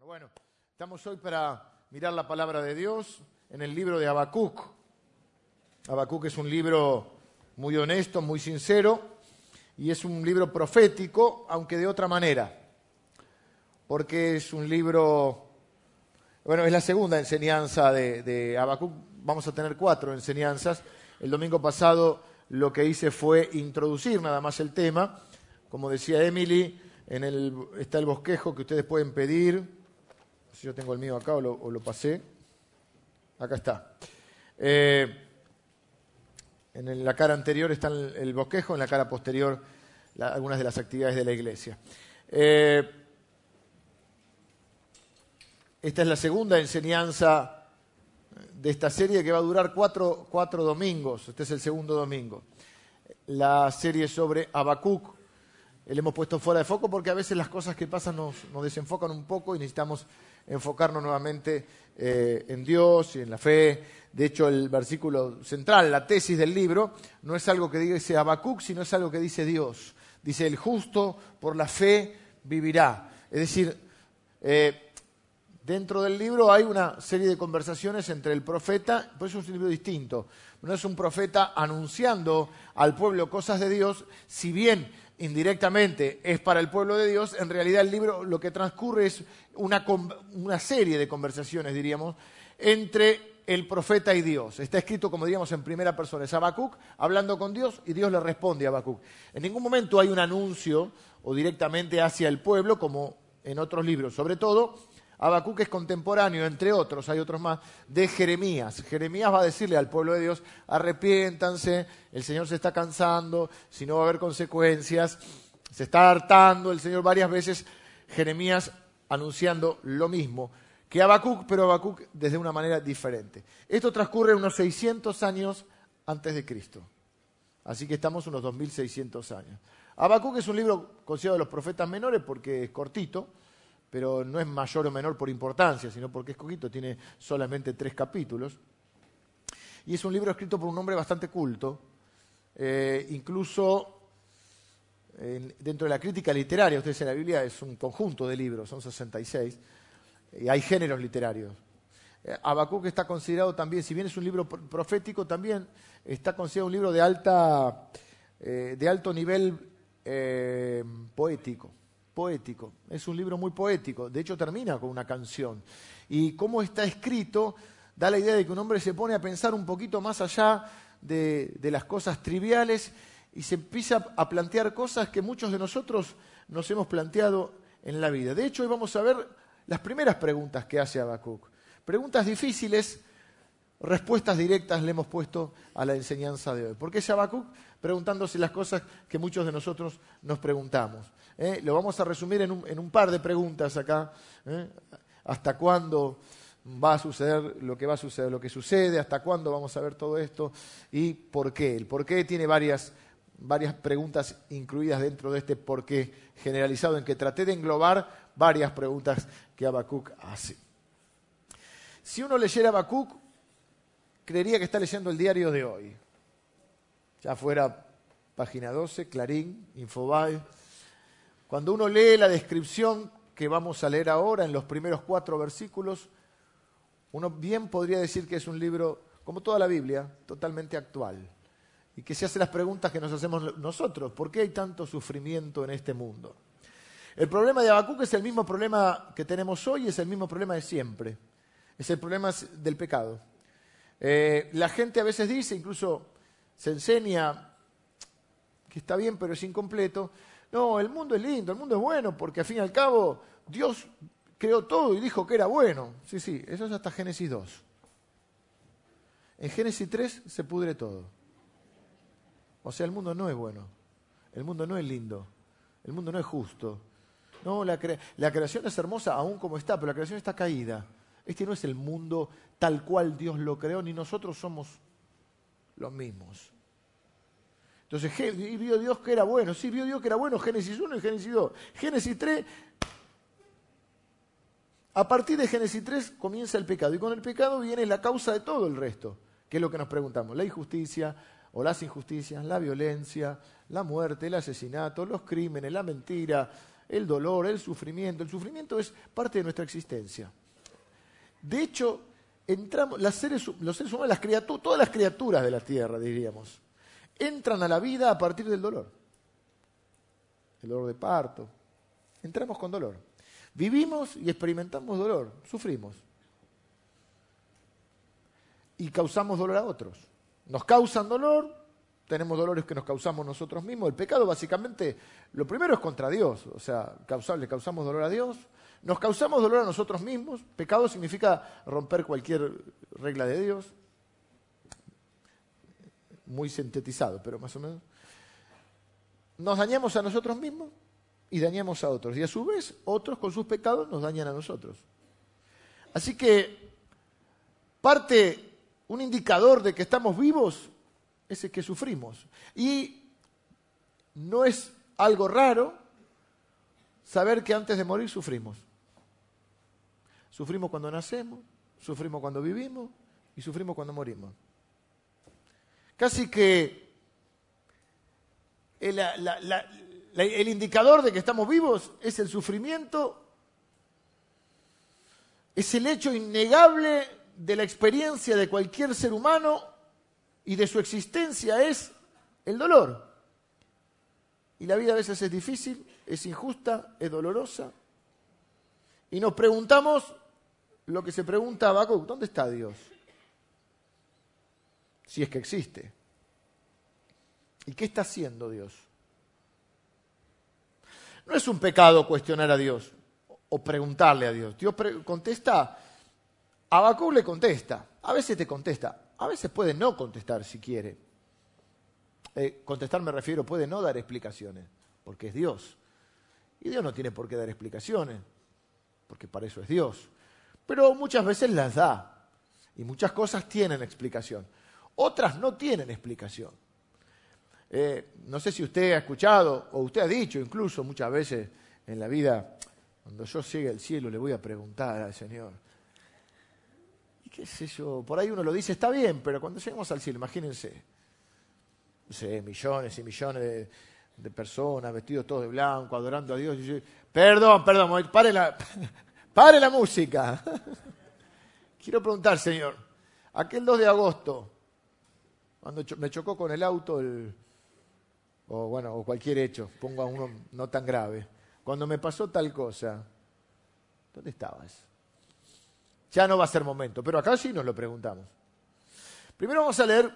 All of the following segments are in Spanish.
Bueno, estamos hoy para mirar la palabra de Dios en el libro de Habacuc. Habacuc es un libro muy honesto, muy sincero, y es un libro profético, aunque de otra manera, porque es un libro, bueno, es la segunda enseñanza de Habacuc. Vamos a tener 4 enseñanzas. El domingo pasado lo que hice fue introducir nada más el tema. Como decía Emily, está el bosquejo que ustedes pueden pedir. Si yo tengo el mío acá o lo pasé. Acá está. En la cara anterior está el bosquejo, en la cara posterior algunas de las actividades de la iglesia. Esta es la segunda enseñanza de esta serie que va a durar cuatro domingos. Este es el segundo domingo. La serie sobre Habacuc. Le hemos puesto fuera de foco porque a veces las cosas que pasan nos desenfocan un poco y necesitamos enfocarnos nuevamente en Dios y en la fe. De hecho, el versículo central, la tesis del libro, no es algo que dice Habacuc, sino es algo que dice Dios. Dice, el justo por la fe vivirá. Es decir, dentro del libro hay una serie de conversaciones entre el profeta, por eso es un libro distinto. No es un profeta anunciando al pueblo cosas de Dios, si bien indirectamente es para el pueblo de Dios, en realidad el libro lo que transcurre es una serie de conversaciones, diríamos, entre el profeta y Dios. Está escrito, como diríamos, en primera persona. Es Habacuc hablando con Dios y Dios le responde a Habacuc. En ningún momento hay un anuncio o directamente hacia el pueblo, como en otros libros. Sobre todo, Habacuc es contemporáneo, entre otros, hay otros más, de Jeremías. Jeremías va a decirle al pueblo de Dios, arrepiéntanse, el Señor se está cansando, si no va a haber consecuencias, se está hartando el Señor varias veces. Jeremías anunciando lo mismo que Habacuc, pero Habacuc desde una manera diferente. Esto transcurre unos 600 años antes de Cristo. Así que estamos unos 2600 años. Habacuc es un libro considerado de los profetas menores porque es cortito, pero no es mayor o menor por importancia, sino porque es cortito, tiene solamente 3 capítulos. Y es un libro escrito por un hombre bastante culto, incluso dentro de la crítica literaria. Ustedes en la Biblia es un conjunto de libros, son 66, y hay géneros literarios. Habacuc está considerado también, si bien es un libro profético, también está considerado un libro de alto nivel poético. Es un libro muy poético, de hecho termina con una canción. Y cómo está escrito da la idea de que un hombre se pone a pensar un poquito más allá de las cosas triviales y se empieza a plantear cosas que muchos de nosotros nos hemos planteado en la vida. De hecho, hoy vamos a ver las primeras preguntas que hace Habacuc. Preguntas difíciles, respuestas directas le hemos puesto a la enseñanza de hoy. Porque es Habacuc preguntándose las cosas que muchos de nosotros nos preguntamos. Lo vamos a resumir en un par de preguntas acá. ¿Hasta cuándo va a suceder lo que va a suceder, lo que sucede? ¿Hasta cuándo vamos a ver todo esto? ¿Y por qué? El por qué tiene varias preguntas incluidas dentro de este por qué generalizado, en que traté de englobar varias preguntas que Habacuc hace. Si uno leyera Habacuc, creería que está leyendo el diario de hoy. Ya fuera página 12, Clarín, Infobae. Cuando uno lee la descripción que vamos a leer ahora en los primeros 4 versículos, uno bien podría decir que es un libro, como toda la Biblia, totalmente actual. Y que se hace las preguntas que nos hacemos nosotros. ¿Por qué hay tanto sufrimiento en este mundo? El problema de Habacuc es el mismo problema que tenemos hoy, es el mismo problema de siempre. Es el problema del pecado. La gente a veces dice, incluso se enseña que está bien pero es incompleto. No, el mundo es lindo, el mundo es bueno, porque al fin y al cabo Dios creó todo y dijo que era bueno. Sí, eso es hasta Génesis 2. En Génesis 3 se pudre todo. O sea, el mundo no es bueno, el mundo no es lindo, el mundo no es justo. No, la creación es hermosa aún como está, pero la creación está caída. Este no es el mundo tal cual Dios lo creó, ni nosotros somos los mismos. Entonces, vio Dios que era bueno. Sí, vio Dios que era bueno, Génesis 1 y Génesis 2. Génesis 3, a partir de Génesis 3 comienza el pecado. Y con el pecado viene la causa de todo el resto, que es lo que nos preguntamos. La injusticia o las injusticias, la violencia, la muerte, el asesinato, los crímenes, la mentira, el dolor, el sufrimiento. El sufrimiento es parte de nuestra existencia. De hecho, los seres humanos, todas las criaturas de la tierra, diríamos, entran a la vida a partir del dolor. El dolor de parto. Entramos con dolor. Vivimos y experimentamos dolor, sufrimos. Y causamos dolor a otros. Nos causan dolor, tenemos dolores que nos causamos nosotros mismos. El pecado básicamente, lo primero es contra Dios, o sea, le causamos dolor a Dios, nos causamos dolor a nosotros mismos. Pecado significa romper cualquier regla de Dios. Muy sintetizado, pero más o menos. Nos dañamos a nosotros mismos y dañamos a otros. Y a su vez, otros con sus pecados nos dañan a nosotros. Así que un indicador de que estamos vivos es el que sufrimos. Y no es algo raro saber que antes de morir sufrimos. Sufrimos cuando nacemos, sufrimos cuando vivimos y sufrimos cuando morimos. Casi que el indicador de que estamos vivos es el sufrimiento, es el hecho innegable de la experiencia de cualquier ser humano y de su existencia es el dolor. Y la vida a veces es difícil, es injusta, es dolorosa. Y nos preguntamos lo que se pregunta Habacuc: ¿dónde está Dios? Si es que existe. ¿Y qué está haciendo Dios? No es un pecado cuestionar a Dios o preguntarle a Dios. Dios contesta, Habacuc le contesta, a veces te contesta, a veces puede no contestar si quiere. Contestar me refiero, puede no dar explicaciones, porque es Dios. Y Dios no tiene por qué dar explicaciones, porque para eso es Dios. Pero muchas veces las da, y muchas cosas tienen explicación. Otras no tienen explicación. No sé si usted ha escuchado, o usted ha dicho incluso muchas veces en la vida, cuando yo llegue al cielo le voy a preguntar al Señor. Y qué sé yo, por ahí uno lo dice, está bien, pero cuando lleguemos al cielo, imagínense, no sé, millones y millones de personas vestidos todos de blanco, adorando a Dios. Y yo, perdón, pare la música. Quiero preguntar, Señor, aquel 2 de agosto, cuando me chocó con el auto, o cualquier hecho, pongo a uno no tan grave, cuando me pasó tal cosa, ¿dónde estabas? Ya no va a ser momento, pero acá sí nos lo preguntamos. Primero vamos a leer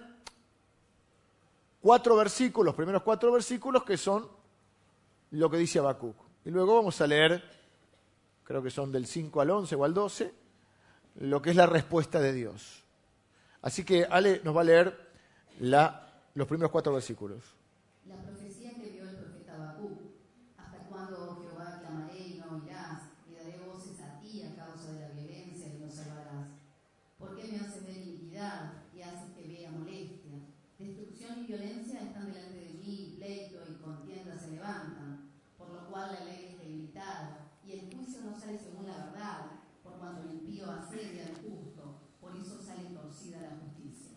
4 versículos, los primeros 4 versículos que son lo que dice Habacuc. Y luego vamos a leer, creo que son del 5 al 11 o al 12, lo que es la respuesta de Dios. Así que Ale nos va a leer los primeros 4 versículos. La profecía que vio el profeta Habacuc: ¿hasta cuándo, oh Jehová, clamaré y no oirás? Y daré voces a ti a causa de la violencia y no salvarás. ¿Por qué me haces ver iniquidad y haces que vea molestia? Destrucción y violencia están delante de mí, y pleito y contienda se levantan, por lo cual la ley es debilitada, y el juicio no sale según la verdad, por cuanto el impío asedia al justo, por eso sale torcida la justicia.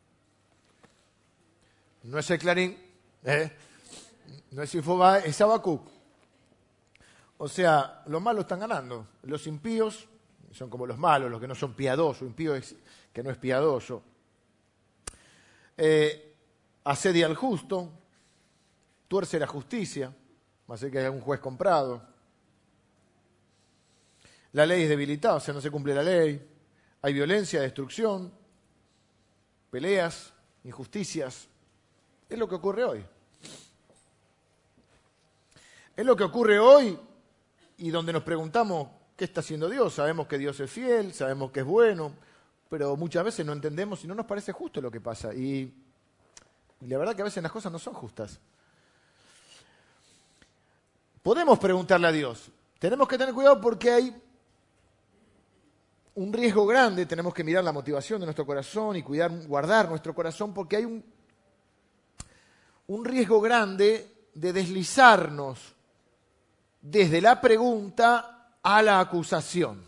No es el Clarín, no es Infobae, es Habacuc. O sea, los malos están ganando. Los impíos son como los malos, los que no son piadosos. Impío es que no es piadoso. Asedia al justo, tuerce la justicia, más que hay un juez comprado. La ley es debilitada, o sea, no se cumple la ley. Hay violencia, destrucción, peleas, injusticias. Es lo que ocurre hoy. Es lo que ocurre hoy y donde nos preguntamos qué está haciendo Dios. Sabemos que Dios es fiel, sabemos que es bueno, pero muchas veces no entendemos y no nos parece justo lo que pasa. Y la verdad que a veces las cosas no son justas. Podemos preguntarle a Dios. Tenemos que tener cuidado porque hay un riesgo grande. Tenemos que mirar la motivación de nuestro corazón y guardar nuestro corazón, porque hay un riesgo grande de deslizarnos desde la pregunta a la acusación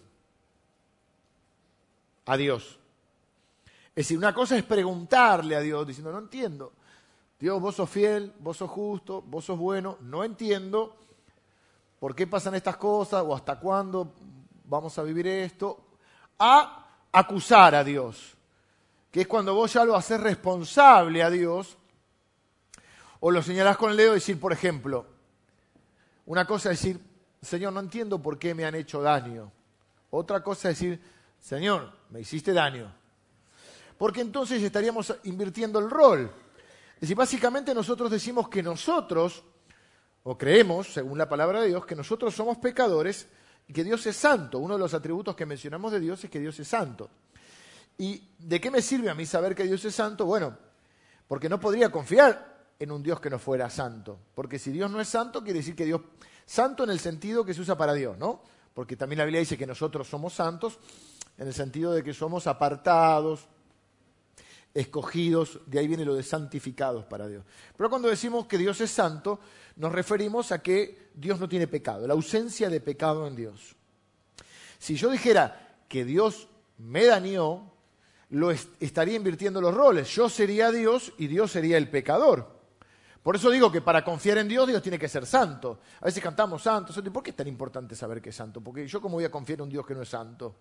a Dios. Es decir, una cosa es preguntarle a Dios diciendo, no entiendo. Dios, vos sos fiel, vos sos justo, vos sos bueno, no entiendo. ¿por qué pasan estas cosas? ¿O hasta cuándo vamos a vivir esto? A acusar a Dios, que es cuando vos ya lo haces responsable a Dios, o lo señalás con el dedo y decir, por ejemplo, una cosa es decir, Señor, no entiendo por qué me han hecho daño. Otra cosa es decir, Señor, me hiciste daño. Porque entonces estaríamos invirtiendo el rol. Es decir, básicamente nosotros decimos que nosotros, o creemos, según la palabra de Dios, que nosotros somos pecadores y que Dios es santo. Uno de los atributos que mencionamos de Dios es que Dios es santo. ¿Y de qué me sirve a mí saber que Dios es santo? Bueno, porque no podría confiar en un Dios que no fuera santo. Porque si Dios no es santo, quiere decir que Dios... Santo en el sentido que se usa para Dios, ¿no? Porque también la Biblia dice que nosotros somos santos, en el sentido de que somos apartados, escogidos, de ahí viene lo de santificados para Dios. Pero cuando decimos que Dios es santo, nos referimos a que Dios no tiene pecado, la ausencia de pecado en Dios. Si yo dijera que Dios me dañó, estaría invirtiendo los roles. Yo sería Dios y Dios sería el pecador. Por eso digo que para confiar en Dios, Dios tiene que ser santo. A veces cantamos santo, santo. ¿Y por qué es tan importante saber que es santo? Porque yo cómo voy a confiar en un Dios que no es santo.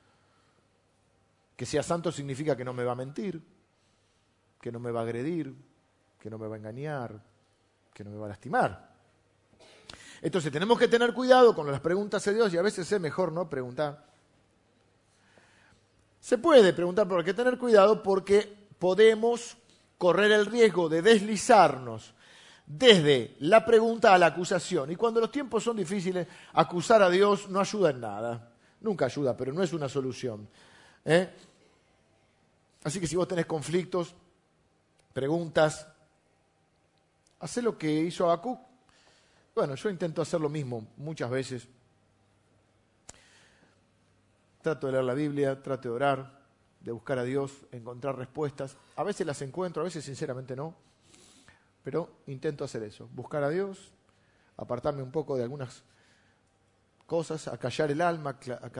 Que sea santo significa que no me va a mentir, que no me va a agredir, que no me va a engañar, que no me va a lastimar. Entonces tenemos que tener cuidado con las preguntas de Dios y a veces es mejor no preguntar. Se puede preguntar, pero hay que tener cuidado porque podemos correr el riesgo de deslizarnos desde la pregunta a la acusación. Y cuando los tiempos son difíciles, acusar a Dios no ayuda en nada. Nunca ayuda, pero no es una solución. Así que si vos tenés conflictos, preguntas, hacé lo que hizo Habacuc. Bueno, yo intento hacer lo mismo muchas veces. Trato de leer la Biblia, trato de orar, de buscar a Dios, encontrar respuestas. A veces las encuentro, a veces sinceramente no. Pero intento hacer eso, buscar a Dios, apartarme un poco de algunas cosas, acallar el alma,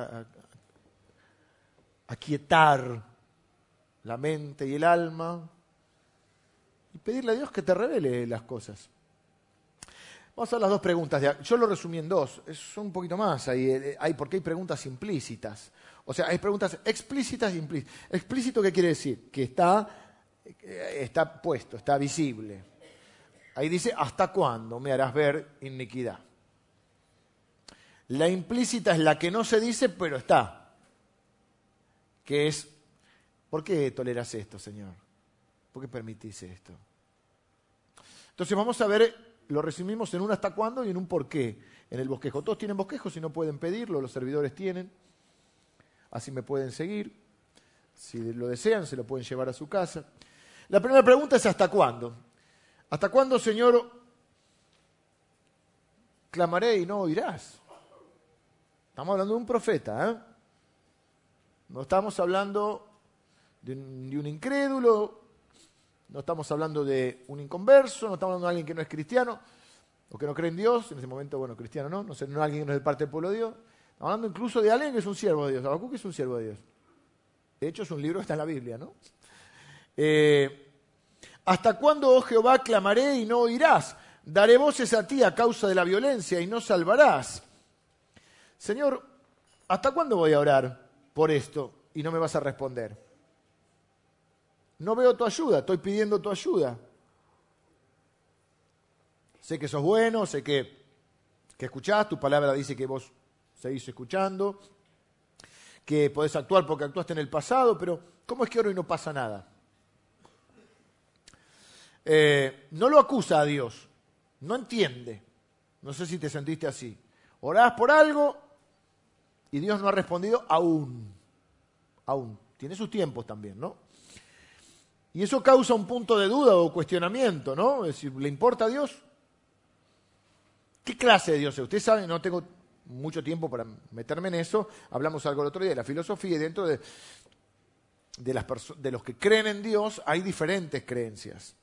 aquietar la mente y el alma y pedirle a Dios que te revele las cosas. Vamos a ver las dos preguntas. Yo lo resumí en dos, son un poquito más ahí, porque hay preguntas implícitas. O sea, hay preguntas explícitas e implícitas. Explícito, ¿qué quiere decir? Que está puesto, está visible. Ahí dice, ¿hasta cuándo me harás ver iniquidad? La implícita es la que no se dice, pero está. Que es, ¿por qué toleras esto, Señor? ¿Por qué permitís esto? Entonces vamos a ver, lo resumimos en un hasta cuándo y en un por qué. En el bosquejo. Todos tienen bosquejo, si no pueden pedirlo, los servidores tienen. Así me pueden seguir. Si lo desean, se lo pueden llevar a su casa. La primera pregunta es ¿hasta cuándo? ¿Hasta cuándo, Señor, clamaré y no oirás? Estamos hablando de un profeta, ¿eh? No estamos hablando de un incrédulo, no estamos hablando de un inconverso, no estamos hablando de alguien que no es cristiano o que no cree en Dios. En ese momento, bueno, cristiano no sé, no alguien que no es de parte del pueblo de Dios. Estamos hablando incluso de alguien que es un siervo de Dios. Habacuc es un siervo de Dios. De hecho, es un libro que está en la Biblia, ¿no? ¿Hasta cuándo, oh Jehová, clamaré y no oirás? Daré voces a ti a causa de la violencia y no salvarás. Señor, ¿hasta cuándo voy a orar por esto y no me vas a responder? No veo tu ayuda, estoy pidiendo tu ayuda. Sé que sos bueno, sé que escuchás, tu palabra dice que vos seguís escuchando, que podés actuar porque actuaste en el pasado, pero ¿cómo es que oro y no pasa nada? No lo acusa a Dios, no entiende. No sé si te sentiste así. Orás por algo y Dios no ha respondido aún. Tiene sus tiempos también, ¿no? Y eso causa un punto de duda o cuestionamiento, ¿no? Es decir, ¿le importa a Dios? ¿Qué clase de Dios es? Ustedes saben, no tengo mucho tiempo para meterme en eso. Hablamos algo el otro día de la filosofía y dentro de los que creen en Dios hay diferentes creencias.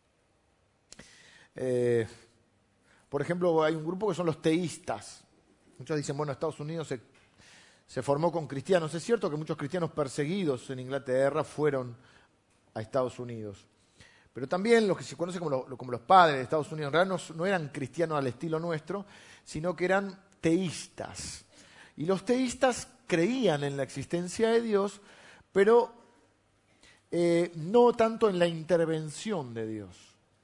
Por ejemplo, hay un grupo que son los teístas. Muchos dicen, bueno, Estados Unidos se formó con cristianos. Es cierto que muchos cristianos perseguidos en Inglaterra fueron a Estados Unidos. Pero también los que se conocen como los padres de Estados Unidos, en realidad no eran cristianos al estilo nuestro, sino que eran teístas. Y los teístas creían en la existencia de Dios, pero no tanto en la intervención de Dios.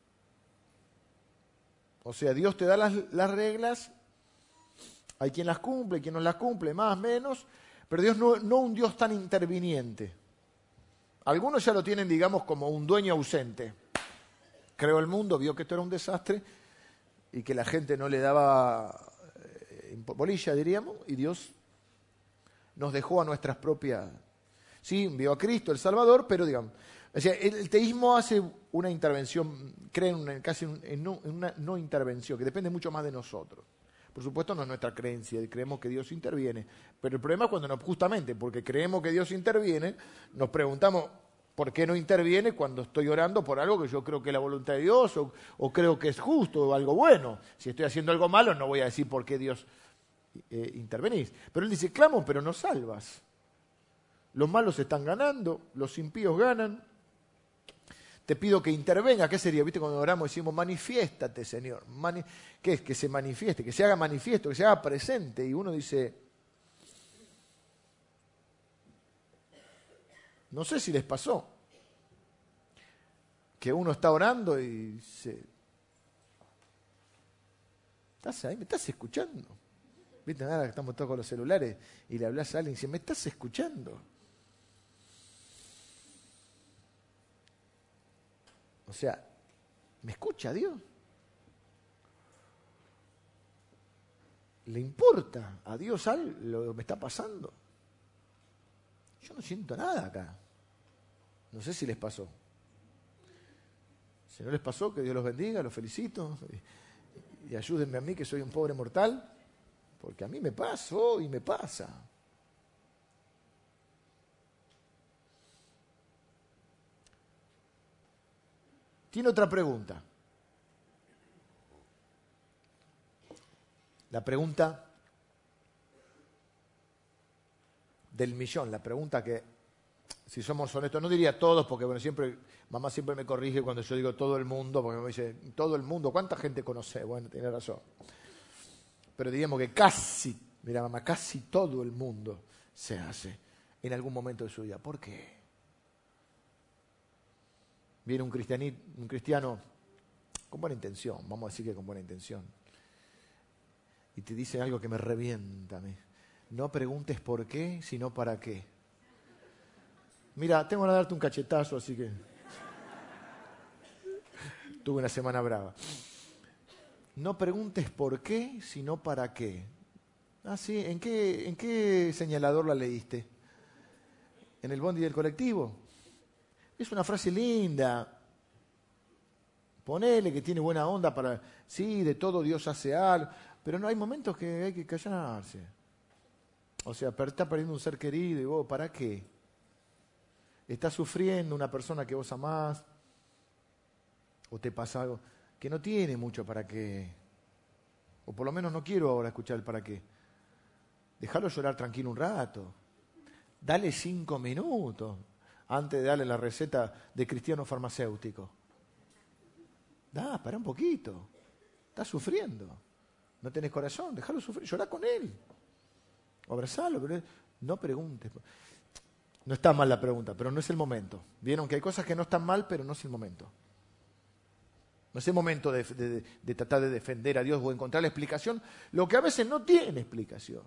O sea, Dios te da las reglas, hay quien las cumple, quien no las cumple, más, menos, pero Dios no un Dios tan interviniente. Algunos ya lo tienen, digamos, como un dueño ausente. Creó el mundo, vio que esto era un desastre y que la gente no le daba bolilla, diríamos, y Dios nos dejó a nuestras propias... Sí, envió a Cristo, el Salvador, pero digamos... O sea, el teísmo hace una intervención, cree casi en una no intervención, que depende mucho más de nosotros. Por supuesto no es nuestra creencia, creemos que Dios interviene, pero el problema es cuando justamente porque creemos que Dios interviene, nos preguntamos por qué no interviene cuando estoy orando por algo que yo creo que es la voluntad de Dios o creo que es justo o algo bueno. Si estoy haciendo algo malo no voy a decir por qué Dios intervenís. Pero él dice, clamo pero no salvas. Los malos están ganando, los impíos ganan. Te pido que intervenga. ¿Qué sería? ¿Viste cuando oramos decimos, manifiéstate, Señor? ¿Qué es? Que se manifieste, que se haga manifiesto, que se haga presente. Y uno dice, no sé si les pasó, que uno está orando y dice, ¿estás ahí? ¿Me estás escuchando? ¿Viste? Nada, que estamos todos con los celulares y le hablas a alguien y dice, ¿me estás escuchando? O sea, ¿me escucha Dios? ¿Le importa a Dios algo lo que me está pasando? Yo no siento nada acá. No sé si les pasó. Si no les pasó, que Dios los bendiga, los felicito. Y ayúdenme a mí, que soy un pobre mortal, porque a mí me pasó y me pasa. Tiene otra pregunta. La pregunta del millón, la pregunta que, si somos honestos, no diría todos, porque bueno, mamá siempre me corrige cuando yo digo todo el mundo, porque me dice, todo el mundo, ¿cuánta gente conoce? Bueno, tiene razón. Pero diríamos que casi, mira mamá, casi todo el mundo se hace en algún momento de su vida. ¿Por qué? Viene un cristiano con buena intención, vamos a decir que con buena intención, y te dice algo que me revienta a mí. No preguntes por qué, sino para qué. Mira, tengo que darte un cachetazo, así que tuve una semana brava. No preguntes por qué, sino para qué. Ah, sí, ¿en qué señalador la leíste? ¿En el bondi del colectivo? Es una frase linda. Ponele que tiene buena onda para... Sí, de todo Dios hace algo. Pero no, hay momentos que hay que callarse. O sea, está perdiendo un ser querido y vos, ¿para qué? Está sufriendo una persona que vos amás. O te pasa algo que no tiene mucho para qué. O por lo menos no quiero ahora escuchar el para qué. Déjalo llorar tranquilo un rato. Dale 5 minutos. Antes de darle la receta de cristiano farmacéutico. Pará un poquito. Estás sufriendo. No tenés corazón, déjalo sufrir, llorá con él. O abrazalo, pero no preguntes. No está mal la pregunta, pero no es el momento. Vieron que hay cosas que no están mal, pero no es el momento. No es el momento de tratar de defender a Dios o encontrar la explicación, lo que a veces no tiene explicación.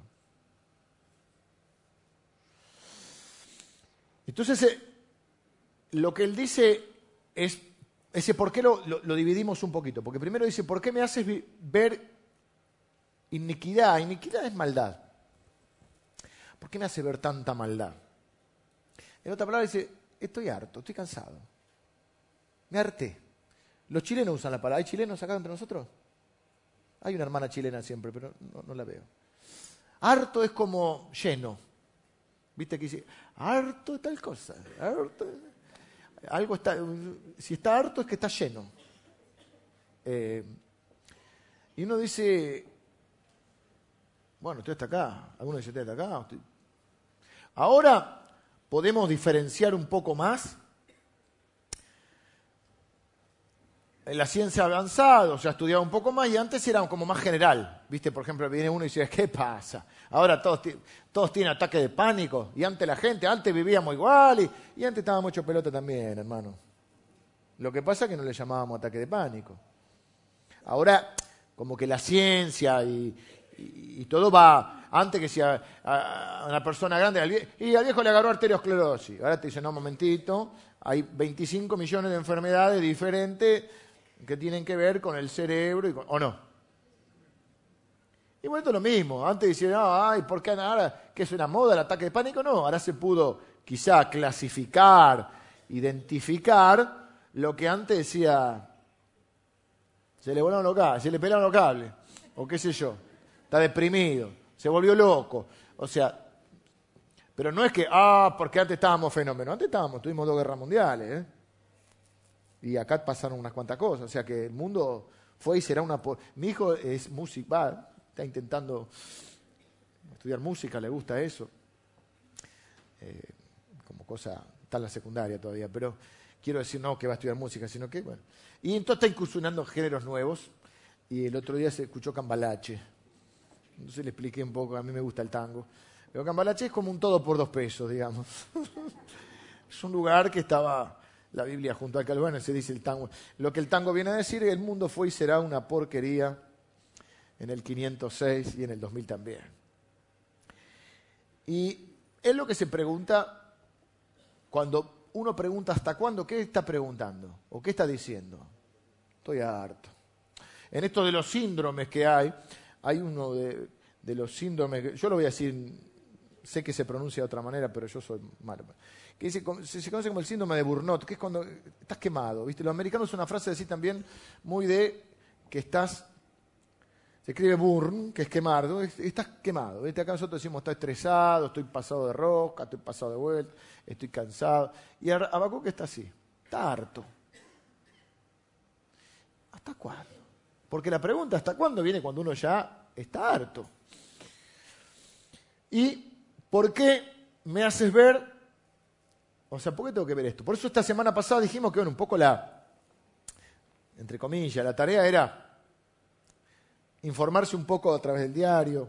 Entonces, lo que él dice es, ese por qué lo dividimos un poquito. Porque primero dice, ¿por qué me haces ver iniquidad? Iniquidad es maldad. ¿Por qué me hace ver tanta maldad? En otra palabra dice, estoy harto, estoy cansado. Me harté. Los chilenos usan la palabra. ¿Hay chilenos acá entre nosotros? Hay una hermana chilena siempre, pero no la veo. Harto es como lleno. ¿Viste que dice, harto de tal cosa? Harto. Algo está, si está harto es que está lleno. Y uno dice, bueno, usted está acá. Algunos dicen, usted está acá. Ahora podemos diferenciar un poco más la ciencia ha avanzado, se ha estudiado un poco más y antes era como más general. ¿Viste? Por ejemplo, viene uno y dice, ¿qué pasa? Ahora todos tienen ataque de pánico y antes la gente, antes vivíamos igual y antes estábamos mucho pelota también, hermano. Lo que pasa es que no le llamábamos ataque de pánico. Ahora, como que la ciencia y todo va, antes que sea a una persona grande, y al viejo le agarró arteriosclerosis. Ahora te dicen, no, un momentito, hay 25 millones de enfermedades diferentes que tienen que ver con el cerebro, ¿o no? Y bueno, esto es lo mismo. Antes decían, ay, ¿por qué ahora que es una moda el ataque de pánico? No, ahora se pudo quizá clasificar, identificar lo que antes decía, se le volaron los cables, se le pelaron los cables, o qué sé yo, está deprimido, se volvió loco. O sea, pero no es que, porque antes estábamos fenómenos, tuvimos 2 guerras mundiales, y acá pasaron unas cuantas cosas, o sea que el mundo fue y será una... Mi hijo es músico, está intentando estudiar música, le gusta eso, como cosa, está en la secundaria todavía, pero quiero decir no que va a estudiar música, sino que, bueno. Y entonces está incursionando en géneros nuevos, y el otro día se escuchó Cambalache, entonces le expliqué un poco, a mí me gusta el tango, pero Cambalache es como un todo por 2 pesos, digamos. Es un lugar que estaba la Biblia junto al Calvano, se dice el tango. Lo que el tango viene a decir es el mundo fue y será una porquería en el 506 y en el 2000 también. Y es lo que se pregunta cuando uno pregunta hasta cuándo, ¿qué está preguntando? ¿O qué está diciendo? Estoy harto. En esto de los síndromes que hay uno de los síndromes, yo lo voy a decir, sé que se pronuncia de otra manera, pero yo soy malo. Que se conoce como el síndrome de Burnout, que es cuando estás quemado, ¿viste? Los americanos usan una frase así también muy de que estás, se escribe burn, que es quemar, ¿no? Estás quemado, ¿viste? Acá nosotros decimos estoy estresado, estoy pasado de rosca, estoy pasado de vuelta, estoy cansado. Y Habacuc está así, está harto. ¿Hasta cuándo? Porque la pregunta ¿hasta cuándo? Viene cuando uno ya está harto. ¿Y por qué me haces ver? O sea, ¿por qué tengo que ver esto? Por eso esta semana pasada dijimos que, bueno, un poco entre comillas, la tarea era informarse un poco a través del diario.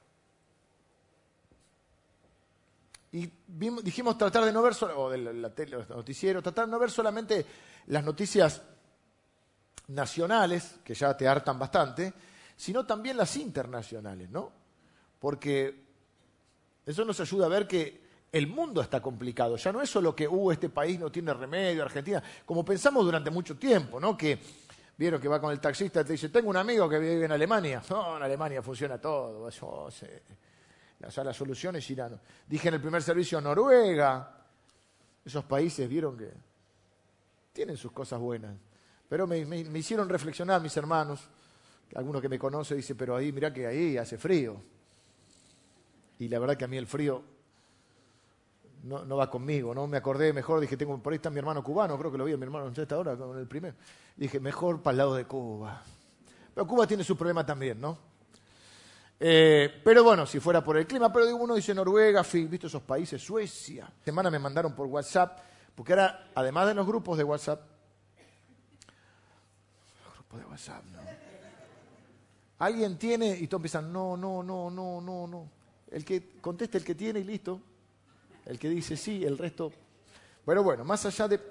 Y dijimos tratar de no ver, o de la tele, los noticieros, tratar de no ver solamente las noticias nacionales, que ya te hartan bastante, sino también las internacionales, ¿no? Porque eso nos ayuda a ver que el mundo está complicado. Ya no es solo que este país no tiene remedio, Argentina, como pensamos durante mucho tiempo, ¿no? Que vieron que va con el taxista y te dice, tengo un amigo que vive en Alemania. No, en Alemania funciona todo. O sea, las soluciones irán. Dije en el primer servicio Noruega. Esos países vieron que tienen sus cosas buenas. Pero me hicieron reflexionar mis hermanos, alguno que me conoce dice, pero ahí, mirá que ahí hace frío. Y la verdad que a mí el frío no va conmigo, ¿no? Me acordé mejor, dije, por ahí está mi hermano cubano, creo que lo vi a mi hermano en esta hora, con el primero. Dije, mejor para el lado de Cuba. Pero Cuba tiene su problema también, ¿no? Pero bueno, si fuera por el clima, pero uno dice Noruega, visto esos países, Suecia. Esta semana me mandaron por WhatsApp, porque ahora, además de los grupos de WhatsApp, ¿no? Alguien tiene, y todos empiezan, no. El que conteste el que tiene y listo. El que dice sí, el resto. Bueno, más allá de...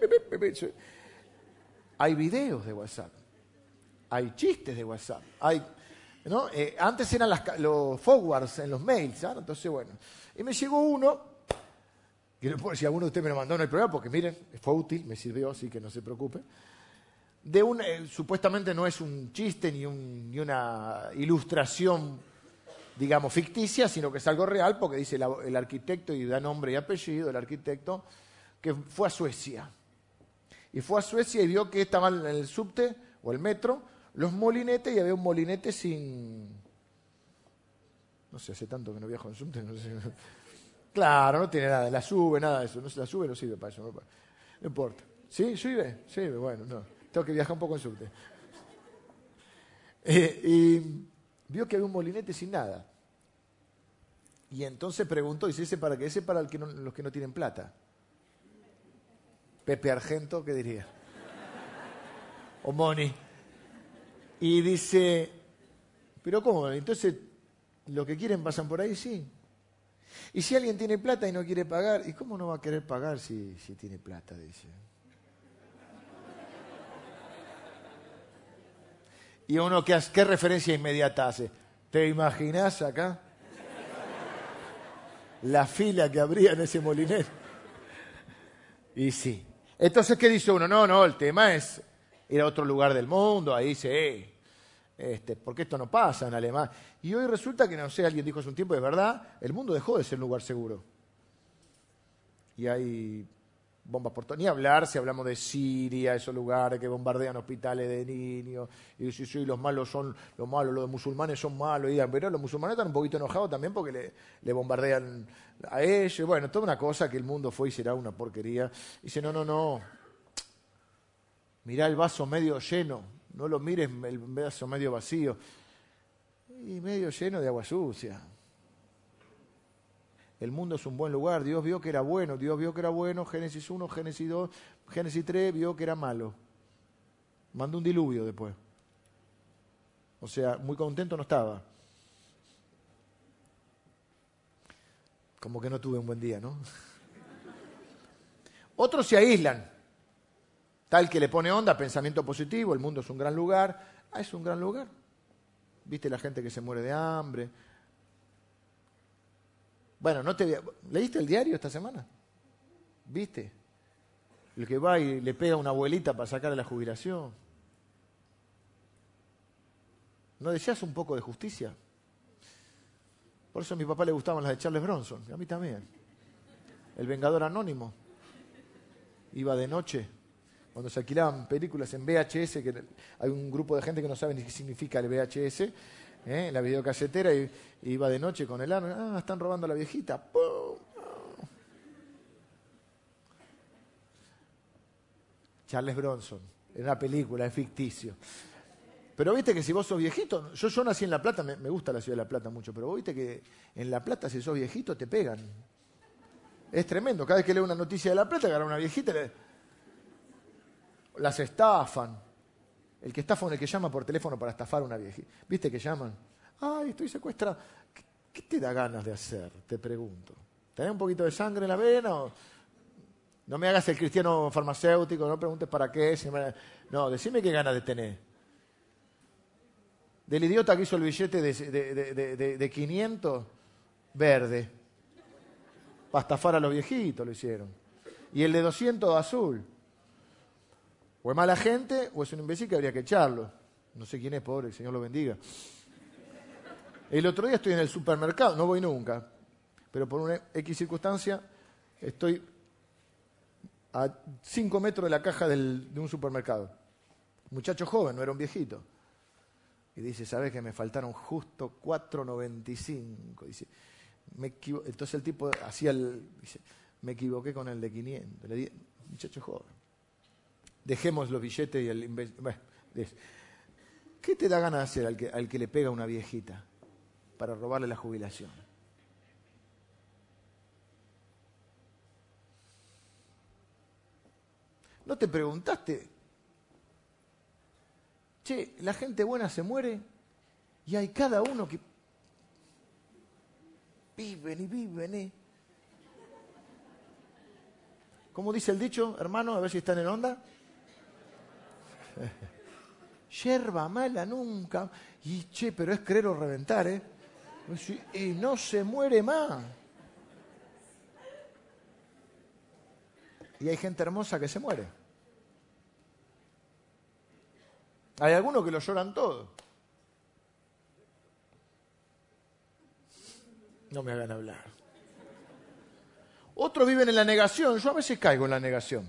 Hay videos de WhatsApp, hay chistes de WhatsApp, ¿no? Antes eran los forwards en los mails, ¿no? Entonces, bueno. Y me llegó uno, que si alguno de ustedes me lo mandó, no hay problema, porque miren, fue útil, me sirvió, así que no se preocupe. Supuestamente no es un chiste ni una ilustración, digamos, ficticia, sino que es algo real, porque dice el arquitecto, y da nombre y apellido, el arquitecto, que fue a Suecia. Y fue a Suecia y vio que estaban en el subte, o el metro, los molinetes, y había un molinete sin... No sé, hace tanto que no viajo en subte, no sé. Claro, no tiene nada, la sube, nada de eso. La sube no sirve para eso, no importa. ¿Sí? ¿Sirve? Sirve, bueno, no. Tengo que viajar un poco en subte. Y vio que había un molinete sin nada. Y entonces preguntó, dice, ¿ese para qué? Ese para los que no tienen plata. Pepe Argento, ¿qué diría? o money. Y dice, ¿pero cómo? Entonces, ¿los que quieren pasan por ahí? Sí. Y si alguien tiene plata y no quiere pagar, ¿y cómo no va a querer pagar si tiene plata? Dice. Y uno, ¿qué referencia inmediata hace? ¿Te imaginás acá? La fila que habría en ese molinero. Y sí. Entonces, ¿qué dice uno? No, el tema es ir a otro lugar del mundo, ahí dice, porque esto no pasa en Alemania. Y hoy resulta que, no sé, alguien dijo hace un tiempo, es verdad, el mundo dejó de ser un lugar seguro. Y hay bombas por todo. Ni hablar si hablamos de Siria, esos lugares que bombardean hospitales de niños, y dicen, sí, los malos son los malos, los musulmanes son malos, pero los musulmanes están un poquito enojados también porque le bombardean a ellos. Y bueno, toda una cosa que el mundo fue y será una porquería. Y dice, no. Mirá el vaso medio lleno, no lo mires el vaso medio vacío. Y medio lleno de agua sucia. El mundo es un buen lugar, Dios vio que era bueno, Génesis 1, Génesis 2, Génesis 3, vio que era malo. Mandó un diluvio después. O sea, muy contento no estaba. Como que no tuve un buen día, ¿no? Otros se aíslan. Tal que le pone onda, pensamiento positivo, el mundo es un gran lugar. Es un gran lugar. ¿Viste la gente que se muere de hambre? Bueno, ¿leíste el diario esta semana? ¿Viste? El que va y le pega a una abuelita para sacarle la jubilación. ¿No deseas un poco de justicia? Por eso a mi papá le gustaban las de Charles Bronson, y a mí también. El Vengador Anónimo. Iba de noche, cuando se alquilaban películas en VHS, que hay un grupo de gente que no sabe ni qué significa el VHS, la videocasetera, y iba de noche con el arma, están robando a la viejita. ¡Pum! Charles Bronson, en una película, es ficticio. Pero viste que si vos sos viejito, yo nací en La Plata, me gusta la ciudad de La Plata mucho, pero vos viste que en La Plata si sos viejito te pegan. Es tremendo, cada vez que leo una noticia de La Plata, agarran a una viejita, las estafan. El que estafa es el que llama por teléfono para estafar a una viejita. ¿Viste que llaman? Ay, estoy secuestrado. ¿Qué te da ganas de hacer? Te pregunto. ¿Tenés un poquito de sangre en la vena? No me hagas el cristiano farmacéutico, no preguntes para qué. No, decime qué ganas de tener. Del idiota que hizo el billete de 500, verde. Para estafar a los viejitos lo hicieron. Y el de 200, azul. O es mala gente o es un imbécil que habría que echarlo. No sé quién es, pobre, el Señor lo bendiga. El otro día estoy en el supermercado, no voy nunca, pero por una X circunstancia estoy a 5 metros de la caja de un supermercado. Muchacho joven, no era un viejito. Y dice, ¿sabes que me faltaron justo 4.95? Dice, entonces el tipo dice, me equivoqué con el de 500. Le di, muchacho joven. Dejemos los billetes y el imbécil. Bueno, ¿qué te da ganas de hacer al que le pega a una viejita para robarle la jubilación? ¿No te preguntaste? Che, la gente buena se muere y hay cada uno que viven. ¿Cómo dice el dicho, hermano? A ver si están en onda. Yerba mala nunca. Y che, pero es creer o reventar, ¿eh? Y no se muere más. Y hay gente hermosa que se muere. Hay algunos que lo lloran todo. No me hagan hablar. Otros viven en la negación. Yo a veces caigo en la negación.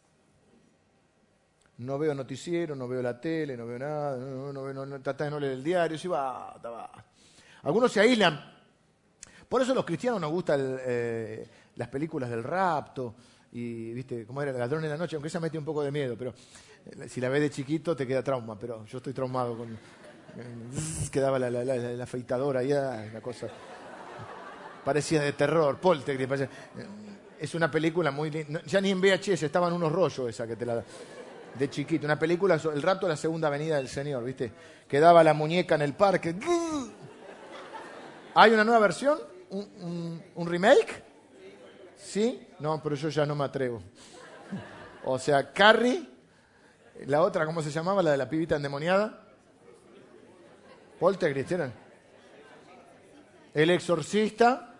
No veo noticiero, no veo la tele, no veo nada, no trata de no leer el diario. Sí, va. Algunos se aíslan. Por eso a los cristianos nos gustan las películas del rapto. Y, ¿viste? Como era El ladrón en la noche, aunque esa mete un poco de miedo, pero si la ves de chiquito te queda trauma, pero yo estoy traumado con... quedaba la afeitadora ahí, una cosa... Parecía de terror, Poltergeist. Es una película muy linda. Ya ni en VHS, estaban unos rollos esa que te la... de chiquito. Una película, El rapto de la segunda venida del Señor, ¿viste? Quedaba la muñeca en el parque. ¿Hay una nueva versión? ¿Un remake? ¿Sí? No, pero yo ya no me atrevo. O sea, Carrie, la otra, ¿cómo se llamaba? La de la pibita endemoniada. Poltergeist, ¿eran? El exorcista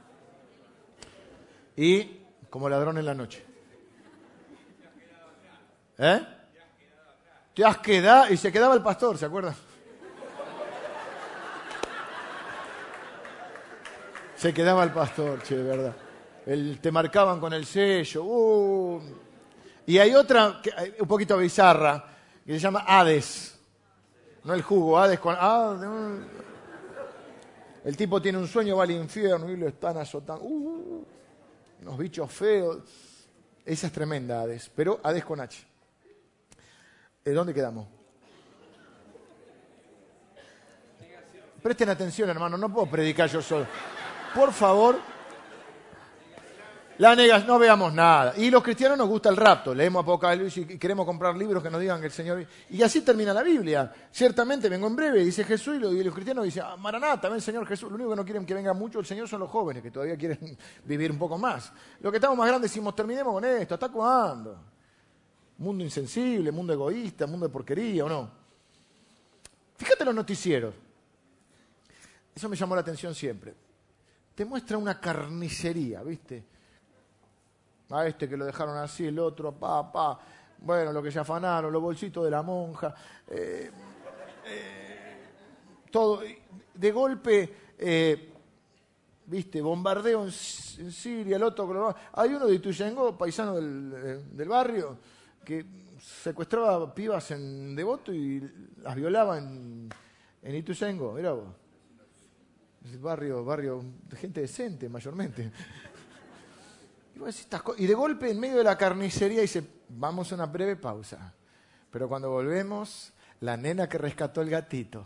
y Como ladrón en la noche. ¿Eh? Te has quedado... Y se quedaba el pastor, ¿se acuerdan? Se quedaba el pastor, che, de verdad. Te marcaban con el sello. Y hay otra, un poquito bizarra, que se llama Hades. No el jugo, Hades con... El tipo tiene un sueño, va al infierno y lo están azotando. Unos bichos feos. Esa es tremenda, Hades. Pero Hades con H. ¿Dónde quedamos? Presten atención, hermano. No puedo predicar yo solo. Por favor. No veamos nada. Y los cristianos nos gusta el rapto. Leemos Apocalipsis y queremos comprar libros que nos digan que el Señor... Y así termina la Biblia. Ciertamente vengo en breve, dice Jesús, y los cristianos dicen, Maranata, ven Señor Jesús. Lo único que no quieren que venga mucho el Señor son los jóvenes, que todavía quieren vivir un poco más. Los que estamos más grandes decimos, terminemos con esto. ¿Hasta cuándo? Mundo insensible, mundo egoísta, mundo de porquería, ¿o no? Fíjate los noticieros. Eso me llamó la atención siempre. Te muestra una carnicería, ¿viste? A este que lo dejaron así, el otro, bueno, lo que se afanaron, los bolsitos de la monja, todo, de golpe, viste, bombardeo en Siria, el otro, hay uno de Ituzaingó, paisano del barrio, que secuestraba pibas en Devoto y las violaba en Ituzaingó, mirá vos. Es barrio de gente decente, mayormente. Y de golpe, en medio de la carnicería, dice, vamos a una breve pausa. Pero cuando volvemos, la nena que rescató el gatito.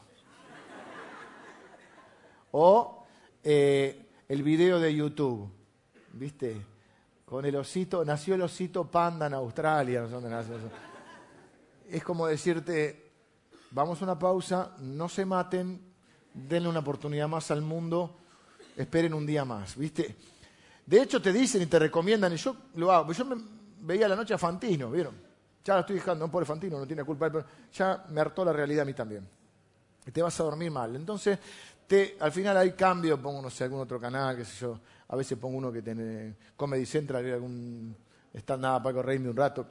O el video de YouTube, ¿viste? Con el osito, nació el osito panda en Australia, no sé dónde nació eso. Es como decirte, vamos a una pausa, no se maten, denle una oportunidad más al mundo, esperen un día más, ¿viste? De hecho, te dicen y te recomiendan, y yo lo hago. Yo me veía la noche a Fantino, ¿vieron? Ya lo estoy dejando, no, pobre Fantino, no tiene culpa, pero ya me hartó la realidad a mí también. Y te vas a dormir mal. Entonces, al final hay cambio, pongo, no sé, algún otro canal, qué sé yo. A veces pongo uno que tiene Comedy Central, algún stand-up para reírme un rato.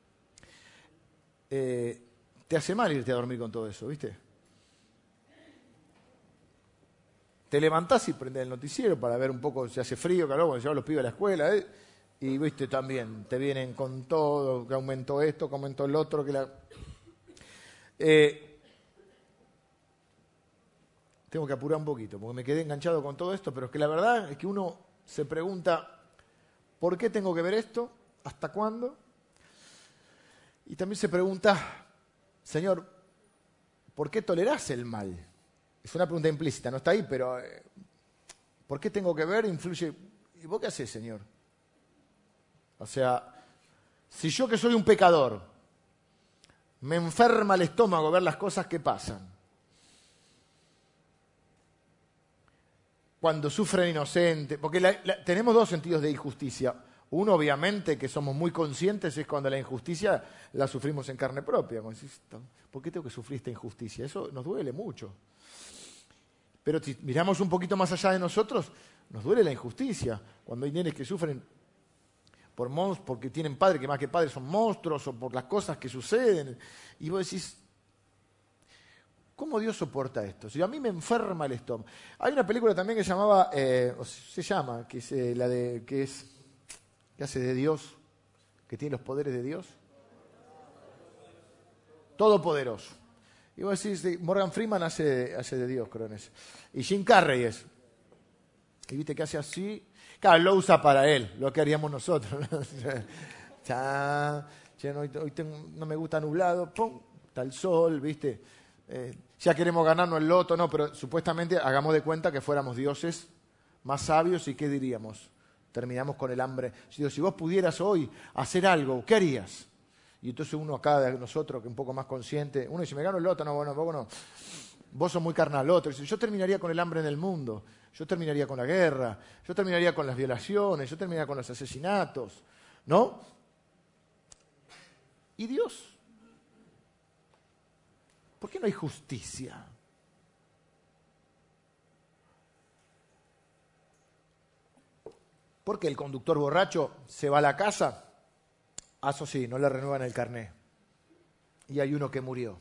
Te hace mal irte a dormir con todo eso, ¿viste? Te levantás y prendés el noticiero para ver un poco si hace frío, calor, cuando llevan los pibes a la escuela, y viste también, te vienen con todo, que aumentó esto, que aumentó el otro, que tengo que apurar un poquito, porque me quedé enganchado con todo esto, pero es que la verdad es que uno se pregunta, ¿por qué tengo que ver esto? ¿Hasta cuándo? Y también se pregunta, Señor, ¿por qué tolerás el mal? Es una pregunta implícita, no está ahí, pero ¿por qué tengo que ver? Influye. ¿Y vos qué hacés, Señor? O sea, si yo que soy un pecador, me enferma el estómago ver las cosas que pasan, cuando sufren inocentes, porque tenemos dos sentidos de injusticia. Uno, obviamente, que somos muy conscientes, es cuando la injusticia la sufrimos en carne propia. Como decís, ¿por qué tengo que sufrir esta injusticia? Eso nos duele mucho. Pero si miramos un poquito más allá de nosotros, nos duele la injusticia. Cuando hay nenes que sufren porque tienen padres que más que padres son monstruos, o por las cosas que suceden. Y vos decís, ¿cómo Dios soporta esto? Si a mí me enferma el estómago. Hay una película también que llamaba, que es la de, que hace de Dios, que tiene los poderes de Dios. Todopoderoso. Y vos decís, Morgan Freeman hace de Dios, creo en eso. Y Jim Carrey es. Y viste que hace así. Claro, lo usa para él, lo que haríamos nosotros. Hoy no me gusta nublado, pum, está el sol, viste. Ya queremos ganarnos el loto, no, pero supuestamente hagamos de cuenta que fuéramos dioses más sabios y ¿qué diríamos? Terminamos con el hambre. Si vos pudieras hoy hacer algo, ¿qué harías? Y entonces uno acá de nosotros, que es un poco más consciente, uno dice, me gano el loto, no, bueno, tampoco no. Vos sos muy carnal, otro dice, yo terminaría con el hambre en el mundo, yo terminaría con la guerra, yo terminaría con las violaciones, yo terminaría con los asesinatos, ¿no? ¿Y Dios? ¿Por qué no hay justicia? ¿Por qué el conductor borracho se va a la casa? Ah, eso sí, no le renuevan el carné. Y hay uno que murió.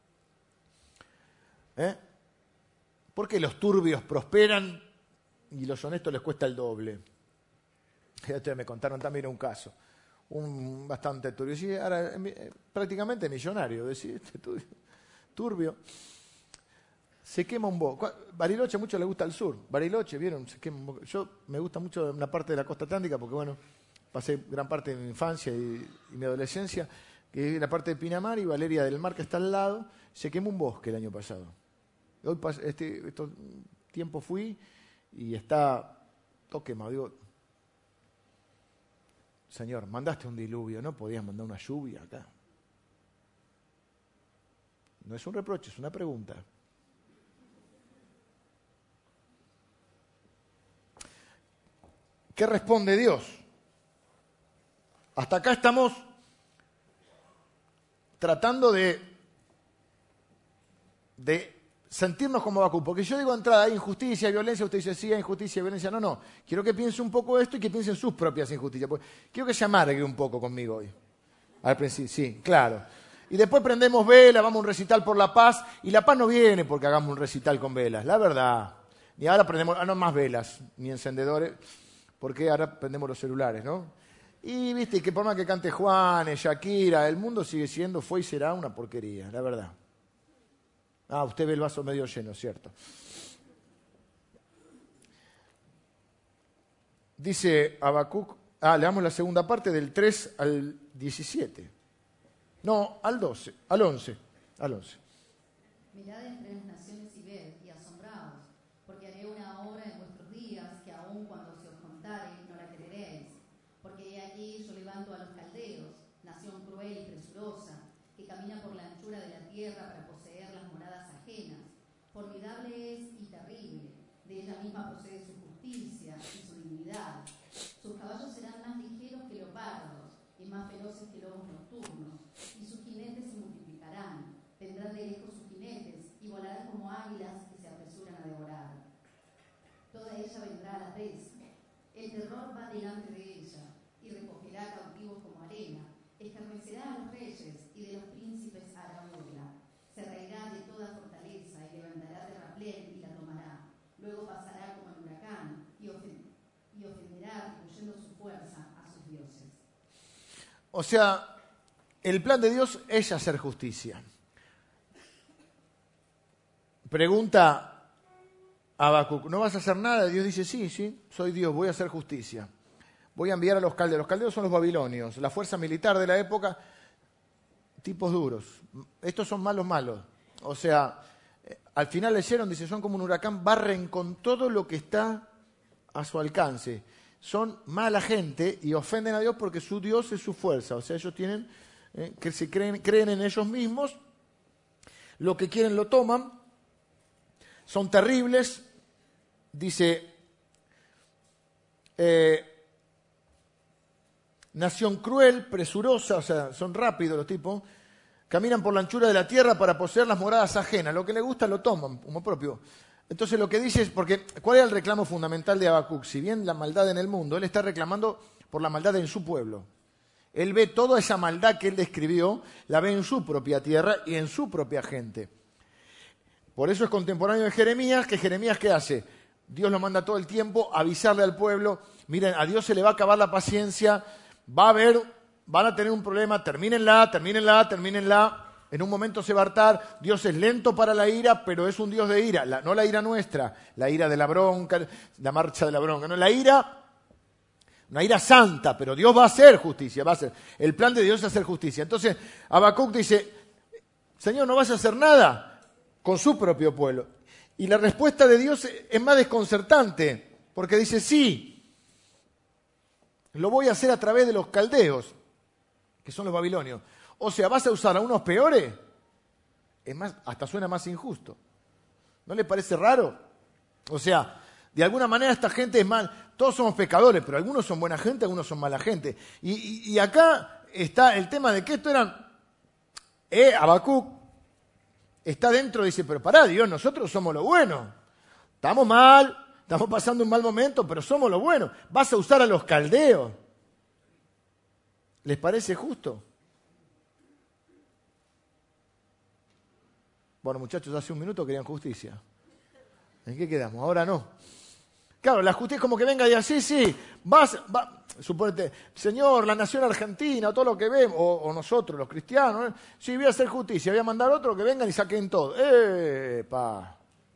¿Por qué los turbios prosperan y los honestos les cuesta el doble? Ustedes me contaron también un caso. Un bastante turbio. Sí, ahora, prácticamente millonario. Decir, turbio. Se quema un bosque. Bariloche a muchos les gusta el sur. Bariloche, ¿vieron? Se quema un bosque. Yo me gusta mucho una parte de la costa atlántica porque, bueno, pasé gran parte de mi infancia y mi adolescencia, que es la parte de Pinamar y Valeria del Mar, que está al lado. Se quemó un bosque el año pasado. Hoy, estos tiempos fui y está todo quemado. Digo, Señor, mandaste un diluvio, ¿no podías mandar una lluvia acá? No es un reproche, es una pregunta. ¿Qué responde Dios? Hasta acá estamos tratando de sentirnos como Habacuc, porque yo digo entrada, hay injusticia, violencia, usted dice sí, hay injusticia, violencia, no, quiero que piense un poco esto y que piense en sus propias injusticias, porque quiero que se amargue un poco conmigo hoy, al principio, sí, claro, y después prendemos velas, vamos a un recital por la paz, y la paz no viene porque hagamos un recital con velas, la verdad, ni ahora prendemos, no más velas, ni encendedores, porque ahora prendemos los celulares, ¿no? Y viste, que por más que cante Juanes, Shakira, el mundo sigue siendo, fue y será una porquería, la verdad. Ah, usted ve el vaso medio lleno, ¿cierto? Dice Habacuc, leamos la segunda parte del 3 al 17. No, al 12, al 11. Mirad entre las naciones y ved, y asombraos, porque haré una obra en vuestros días que aun cuando se os contare no la creeréis. Porque he aquí yo levanto a los caldeos, nación cruel y presurosa, que camina por la anchura de la tierra para poseer las moradas ajenas. Formidable es y terrible, de ella misma posee su justicia y su dignidad. Sus caballos serán más ligeros que leopardos y más feroces que lobos nocturnos, y sus jinetes se multiplicarán. Vendrán de lejos sus jinetes y volarán como águilas que se apresuran a devorar. Toda ella vendrá a la presa. El terror va delante de ella y recogerá cautivos como arena. Escarnecerá a los reyes y de los príncipes hará burla. Se reirá de toda fortaleza y levantará terraplén y la tomará. Luego pasará como el huracán y ofenderá, atribuyendo su fuerza a sus dioses. O sea, el plan de Dios es hacer justicia. Pregunta Habacuc, ¿no vas a hacer nada? Dios dice, sí, soy Dios, voy a hacer justicia. Voy a enviar a los caldeos. Los caldeos son los babilonios, la fuerza militar de la época, tipos duros. Estos son malos. O sea, al final leyeron, dice, son como un huracán, barren con todo lo que está a su alcance. Son mala gente y ofenden a Dios porque su Dios es su fuerza. O sea, ellos tienen, que se creen en ellos mismos, lo que quieren lo toman, son terribles, dice, nación cruel, presurosa, o sea, son rápidos los tipos, caminan por la anchura de la tierra para poseer las moradas ajenas, lo que les gusta lo toman como propio. Entonces lo que dice es, porque ¿cuál era el reclamo fundamental de Habacuc? Si bien la maldad en el mundo, él está reclamando por la maldad en su pueblo. Él ve toda esa maldad que él describió, la ve en su propia tierra y en su propia gente. Por eso es contemporáneo de Jeremías, que Jeremías ¿qué hace? Dios lo manda todo el tiempo a avisarle al pueblo, miren, a Dios se le va a acabar la paciencia, van a tener un problema, termínenla, en un momento se va a hartar, Dios es lento para la ira, pero es un Dios de ira, no la ira nuestra, la ira de la bronca, la marcha de la bronca, no, la ira, una ira santa, pero Dios va a hacer justicia, el plan de Dios es hacer justicia. Entonces Habacuc dice, Señor, ¿no vas a hacer nada? Con su propio pueblo. Y la respuesta de Dios es más desconcertante, porque dice, sí, lo voy a hacer a través de los caldeos, que son los babilonios. O sea, ¿vas a usar a unos peores? Es más, hasta suena más injusto. ¿No le parece raro? O sea, de alguna manera esta gente es mal. Todos somos pecadores, pero algunos son buena gente, algunos son mala gente. Y acá está el tema de que esto eran... Habacuc está dentro y dice, pero pará, Dios, nosotros somos lo bueno. Estamos mal, estamos pasando un mal momento, pero somos lo bueno. ¿Vas a usar a los caldeos? ¿Les parece justo? Bueno, muchachos, hace un minuto querían justicia. ¿En qué quedamos? Ahora no. Claro, la justicia es como que venga y diga, sí, suponete, Señor, la nación argentina, todo lo que vemos, o nosotros, los cristianos, sí, voy a hacer justicia, voy a mandar otro que vengan y saquen todo. ¡Epa!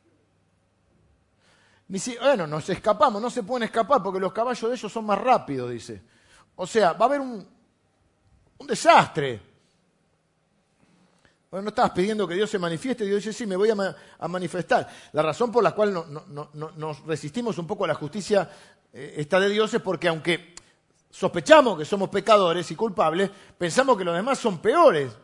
Bueno, nos escapamos, no se pueden escapar porque los caballos de ellos son más rápidos, dice. O sea, va a haber un desastre. Bueno, no estabas pidiendo que Dios se manifieste, Dios dice, sí, me voy a manifestar. La razón por la cual nos resistimos un poco a la justicia esta de Dios es porque aunque sospechamos que somos pecadores y culpables, pensamos que los demás son peores.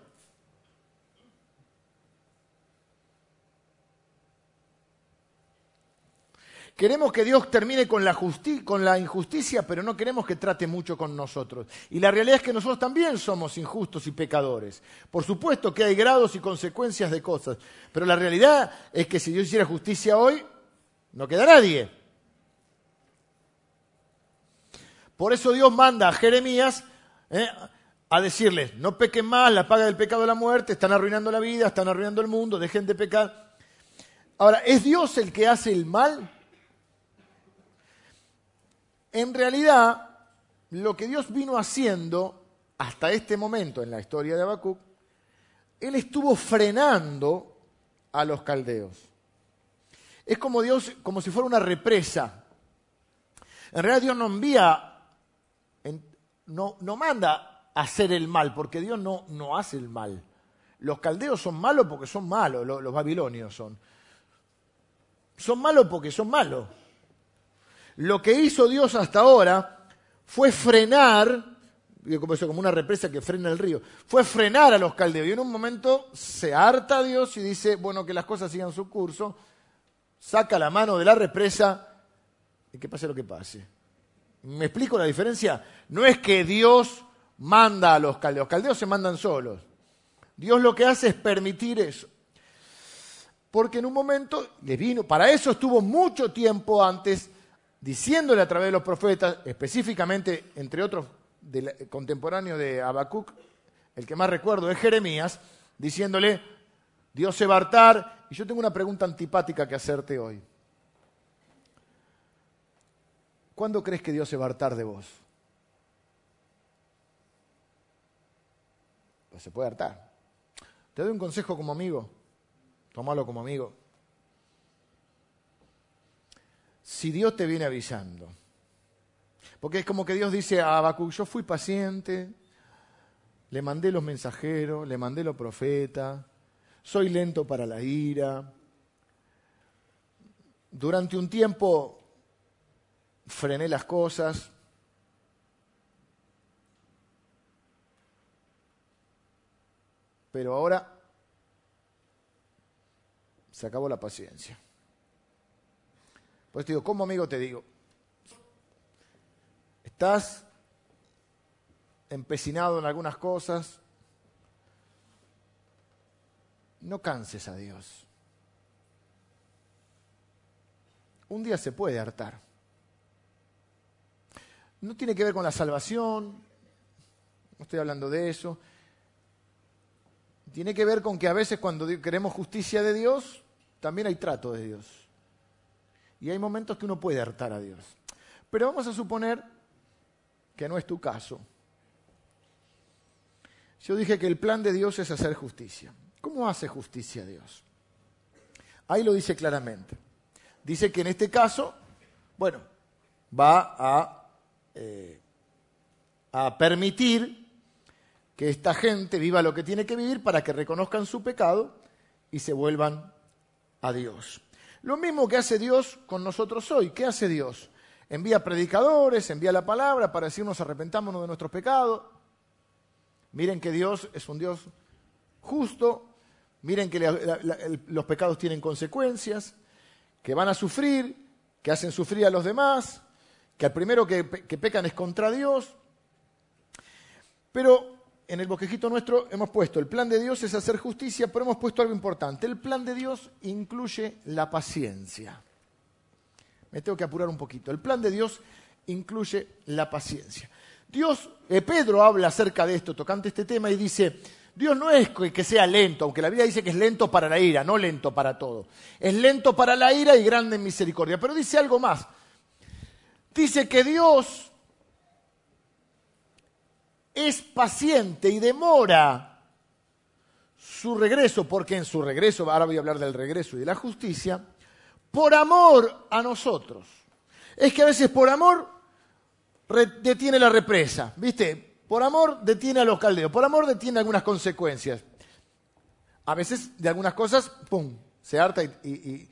Queremos que Dios termine con la injusticia, pero no queremos que trate mucho con nosotros. Y la realidad es que nosotros también somos injustos y pecadores. Por supuesto que hay grados y consecuencias de cosas, pero la realidad es que si Dios hiciera justicia hoy, no queda nadie. Por eso Dios manda a Jeremías a decirles, no pequen más, la paga del pecado es la muerte, están arruinando la vida, están arruinando el mundo, dejen de pecar. Ahora, ¿es Dios el que hace el mal? En realidad, lo que Dios vino haciendo hasta este momento en la historia de Habacuc, Él estuvo frenando a los caldeos. Es como Dios, como si fuera una represa. En realidad Dios no envía, no manda a hacer el mal, porque Dios no hace el mal. Los caldeos son malos porque son malos, los babilonios son. Son malos porque son malos. Lo que hizo Dios hasta ahora fue frenar, como una represa que frena el río, fue frenar a los caldeos. Y en un momento se harta Dios y dice, bueno, que las cosas sigan su curso, saca la mano de la represa y que pase lo que pase. ¿Me explico la diferencia? No es que Dios manda a los caldeos se mandan solos. Dios lo que hace es permitir eso. Porque en un momento le vino, para eso estuvo mucho tiempo antes diciéndole a través de los profetas, específicamente, entre otros, contemporáneo de Habacuc, el que más recuerdo es Jeremías, diciéndole, Dios se va a hartar. Y yo tengo una pregunta antipática que hacerte hoy. ¿Cuándo crees que Dios se va a hartar de vos? Pues se puede hartar. Te doy un consejo como amigo, tómalo como amigo. Si Dios te viene avisando, porque es como que Dios dice a Habacuc, yo fui paciente, le mandé los mensajeros, le mandé los profetas, soy lento para la ira. Durante un tiempo frené las cosas. Pero ahora se acabó la paciencia. Pues te digo, como amigo te digo, estás empecinado en algunas cosas, no canses a Dios. Un día se puede hartar. No tiene que ver con la salvación, no estoy hablando de eso. Tiene que ver con que a veces cuando queremos justicia de Dios, también hay trato de Dios. Y hay momentos que uno puede hartar a Dios. Pero vamos a suponer que no es tu caso. Yo dije que el plan de Dios es hacer justicia. ¿Cómo hace justicia Dios? Ahí lo dice claramente. Dice que en este caso, bueno, va a permitir que esta gente viva lo que tiene que vivir para que reconozcan su pecado y se vuelvan a Dios. Lo mismo que hace Dios con nosotros hoy. ¿Qué hace Dios? Envía predicadores, envía la palabra para decirnos arrepentámonos de nuestros pecados. Miren que Dios es un Dios justo, miren que los pecados tienen consecuencias, que van a sufrir, que hacen sufrir a los demás, que al primero que pecan es contra Dios. Pero en el bosquejito nuestro hemos puesto, el plan de Dios es hacer justicia, pero hemos puesto algo importante. El plan de Dios incluye la paciencia. Me tengo que apurar un poquito. El plan de Dios incluye la paciencia. Pedro habla acerca de esto, tocante este tema, y dice, Dios no es que sea lento, aunque la Biblia dice que es lento para la ira, no lento para todo. Es lento para la ira y grande en misericordia. Pero dice algo más. Dice que Dios es paciente y demora su regreso, porque en su regreso, ahora voy a hablar del regreso y de la justicia, por amor a nosotros. Es que a veces por amor detiene la represa, ¿viste? Por amor detiene a los caldeos, por amor detiene algunas consecuencias. A veces de algunas cosas, ¡pum!, se harta y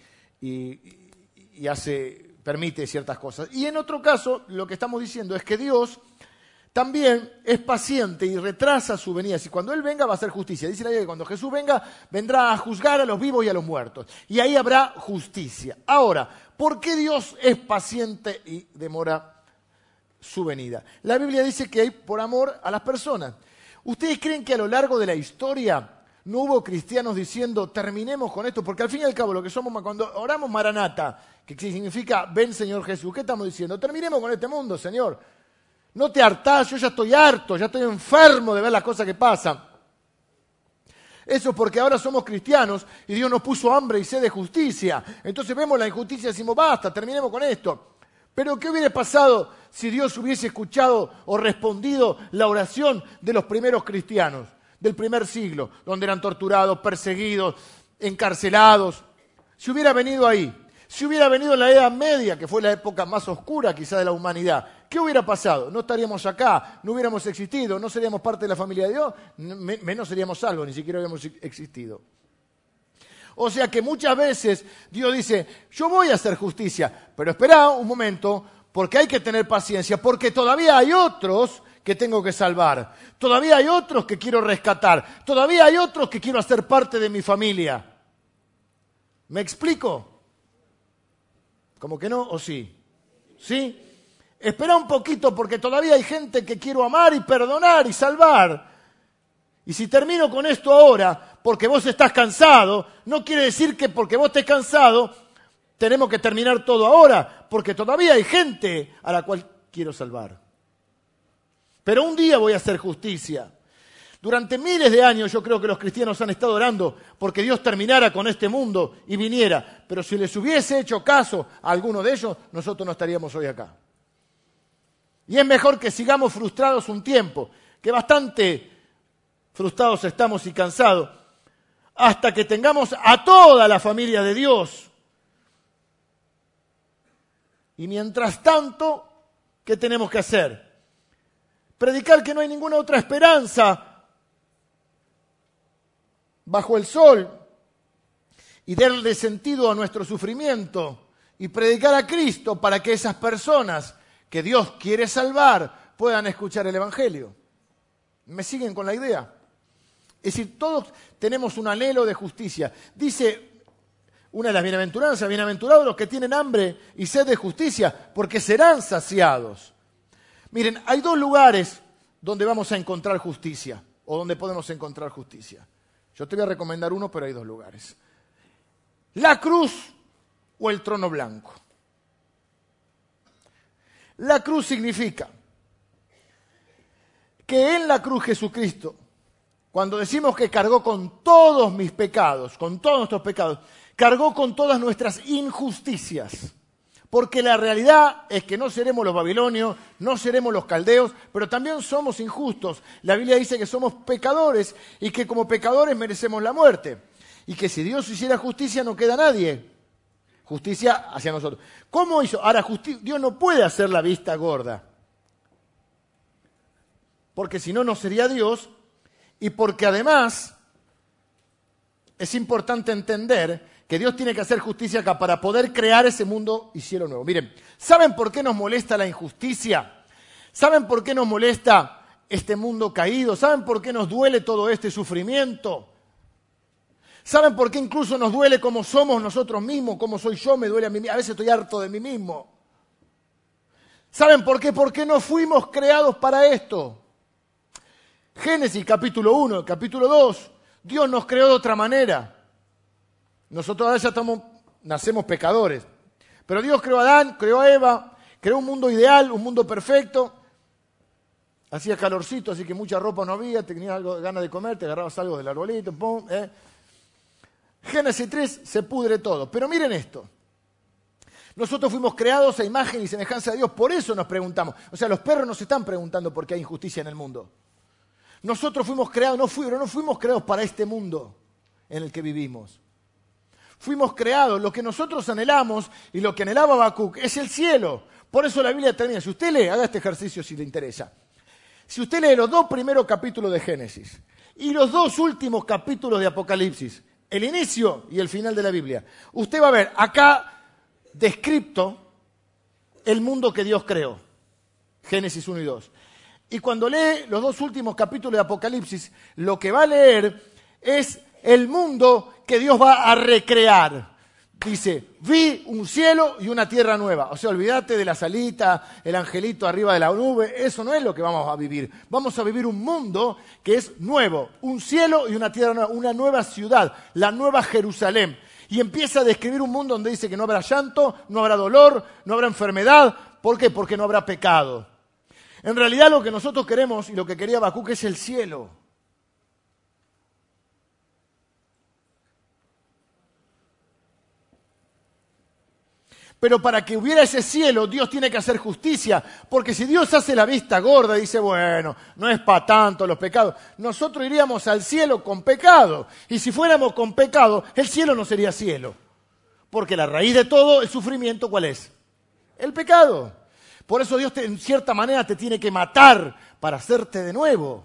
permite ciertas cosas. Y en otro caso, lo que estamos diciendo es que Dios también es paciente y retrasa su venida. Si cuando Él venga va a hacer justicia. Dice la Biblia que cuando Jesús venga, vendrá a juzgar a los vivos y a los muertos. Y ahí habrá justicia. Ahora, ¿por qué Dios es paciente y demora su venida? La Biblia dice que hay por amor a las personas. ¿Ustedes creen que a lo largo de la historia no hubo cristianos diciendo, terminemos con esto? Porque al fin y al cabo, lo que somos cuando oramos Maranata, que significa, ven Señor Jesús, ¿qué estamos diciendo? Terminemos con este mundo, Señor. No te hartás, yo ya estoy harto, ya estoy enfermo de ver las cosas que pasan. Eso porque ahora somos cristianos y Dios nos puso hambre y sed de justicia. Entonces vemos la injusticia y decimos, basta, terminemos con esto. Pero ¿qué hubiera pasado si Dios hubiese escuchado o respondido la oración de los primeros cristianos del primer siglo, donde eran torturados, perseguidos, encarcelados? Si hubiera venido ahí, si hubiera venido en la Edad Media, que fue la época más oscura quizá de la humanidad, ¿qué hubiera pasado? No estaríamos acá, no hubiéramos existido, no seríamos parte de la familia de Dios, menos seríamos salvos, ni siquiera hubiéramos existido. O sea que muchas veces Dios dice, yo voy a hacer justicia, pero espera un momento, porque hay que tener paciencia, porque todavía hay otros que tengo que salvar, todavía hay otros que quiero rescatar, todavía hay otros que quiero hacer parte de mi familia. ¿Me explico? ¿Cómo que no o sí? ¿Sí? Espera un poquito porque todavía hay gente que quiero amar y perdonar y salvar. Y si termino con esto ahora, porque vos estás cansado, no quiere decir que porque vos estés cansado tenemos que terminar todo ahora, porque todavía hay gente a la cual quiero salvar. Pero un día voy a hacer justicia. Durante miles de años yo creo que los cristianos han estado orando porque Dios terminara con este mundo y viniera. Pero si les hubiese hecho caso a alguno de ellos, nosotros no estaríamos hoy acá. Y es mejor que sigamos frustrados un tiempo, que bastante frustrados estamos y cansados, hasta que tengamos a toda la familia de Dios. Y mientras tanto, ¿qué tenemos que hacer? Predicar que no hay ninguna otra esperanza bajo el sol y darle sentido a nuestro sufrimiento y predicar a Cristo para que esas personas que Dios quiere salvar puedan escuchar el Evangelio. ¿Me siguen con la idea? Es decir, todos tenemos un anhelo de justicia. Dice una de las bienaventuranzas, bienaventurados los que tienen hambre y sed de justicia, porque serán saciados. Miren, hay dos lugares donde vamos a encontrar justicia, o donde podemos encontrar justicia. Yo te voy a recomendar uno, pero hay dos lugares. La cruz o el trono blanco. La cruz significa que en la cruz Jesucristo, cuando decimos que cargó con todos mis pecados, con todos nuestros pecados, cargó con todas nuestras injusticias. Porque la realidad es que no seremos los babilonios, no seremos los caldeos, pero también somos injustos. La Biblia dice que somos pecadores y que como pecadores merecemos la muerte. Y que si Dios hiciera justicia no queda nadie. Justicia hacia nosotros. ¿Cómo hizo? Ahora, Dios no puede hacer la vista gorda. Porque si no, no sería Dios. Y porque además es importante entender que Dios tiene que hacer justicia acá para poder crear ese mundo y cielo nuevo. Miren, ¿saben por qué nos molesta la injusticia? ¿Saben por qué nos molesta este mundo caído? ¿Saben por qué nos duele todo este sufrimiento? ¿Saben por qué incluso nos duele cómo somos nosotros mismos? Cómo soy yo, me duele a mí. A veces estoy harto de mí mismo. ¿Saben por qué? Porque no fuimos creados para esto. Génesis capítulo 1, capítulo 2. Dios nos creó de otra manera. Nosotros ahora ya nacemos pecadores. Pero Dios creó a Adán, creó a Eva, creó un mundo ideal, un mundo perfecto. Hacía calorcito, así que mucha ropa no había, tenías ganas de comer, te agarrabas algo del arbolito, pum, Génesis 3 se pudre todo. Pero miren esto. Nosotros fuimos creados a imagen y semejanza de Dios, por eso nos preguntamos. O sea, los perros nos están preguntando por qué hay injusticia en el mundo. Nosotros fuimos creados, no fuimos creados para este mundo en el que vivimos. Fuimos creados, lo que nosotros anhelamos y lo que anhelaba Habacuc es el cielo. Por eso la Biblia termina. Si usted lee, haga este ejercicio si le interesa. Si usted lee los 2 primeros capítulos de Génesis y los 2 últimos capítulos de Apocalipsis, el inicio y el final de la Biblia, usted va a ver acá descrito el mundo que Dios creó. Génesis 1 y 2. Y cuando lee los 2 últimos capítulos de Apocalipsis, lo que va a leer es el mundo que Dios va a recrear. Dice, vi un cielo y una tierra nueva. O sea, olvídate de la salita, el angelito arriba de la nube. Eso no es lo que vamos a vivir. Vamos a vivir un mundo que es nuevo. Un cielo y una tierra nueva. Una nueva ciudad, la nueva Jerusalén. Y empieza a describir un mundo donde dice que no habrá llanto, no habrá dolor, no habrá enfermedad. ¿Por qué? Porque no habrá pecado. En realidad lo que nosotros queremos y lo que quería Habacuc es el cielo. Pero para que hubiera ese cielo, Dios tiene que hacer justicia. Porque si Dios hace la vista gorda y dice, bueno, no es para tanto los pecados, nosotros iríamos al cielo con pecado. Y si fuéramos con pecado, el cielo no sería cielo. Porque la raíz de todo el sufrimiento, ¿cuál es? El pecado. Por eso Dios en cierta manera te tiene que matar para hacerte de nuevo.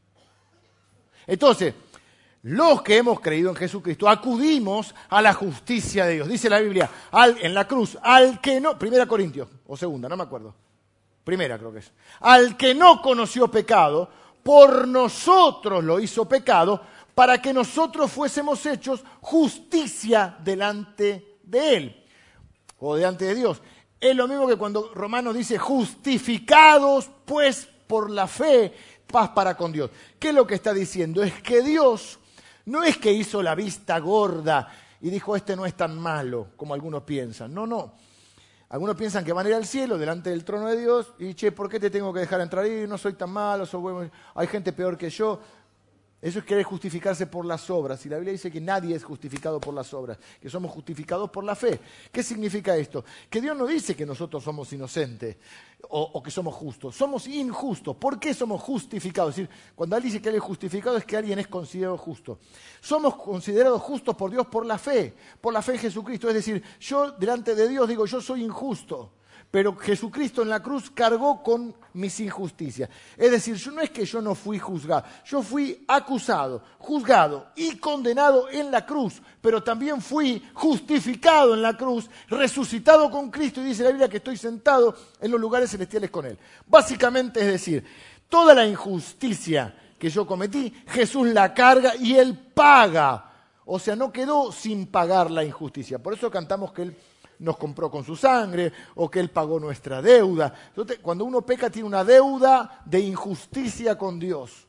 Entonces, los que hemos creído en Jesucristo acudimos a la justicia de Dios. Dice la Biblia, en la cruz, al que no, 1 Corintios, o 2, no me acuerdo. 1 creo que es. Al que no conoció pecado, por nosotros lo hizo pecado, para que nosotros fuésemos hechos justicia delante de Él, o delante de Dios. Es lo mismo que cuando Romanos dice, justificados pues por la fe, paz para con Dios. ¿Qué es lo que está diciendo? Es que Dios no es que hizo la vista gorda y dijo, este no es tan malo como algunos piensan. No. Algunos piensan que van a ir al cielo delante del trono de Dios y, che, ¿por qué te tengo que dejar entrar ahí? No soy tan malo, soy bueno, hay gente peor que yo. Eso es querer justificarse por las obras. Y la Biblia dice que nadie es justificado por las obras, que somos justificados por la fe. ¿Qué significa esto? Que Dios no dice que nosotros somos inocentes o que somos justos. Somos injustos. ¿Por qué somos justificados? Es decir, cuando alguien dice que alguien es justificado es que alguien es considerado justo. Somos considerados justos por Dios por la fe en Jesucristo. Es decir, yo delante de Dios digo, yo soy injusto. Pero Jesucristo en la cruz cargó con mis injusticias. Es decir, no es que yo no fui juzgado, yo fui acusado, juzgado y condenado en la cruz, pero también fui justificado en la cruz, resucitado con Cristo, y dice la Biblia que estoy sentado en los lugares celestiales con Él. Básicamente es decir, toda la injusticia que yo cometí, Jesús la carga y Él paga. O sea, no quedó sin pagar la injusticia. Por eso cantamos que Él nos compró con su sangre, o que Él pagó nuestra deuda. Entonces, cuando uno peca tiene una deuda de injusticia con Dios.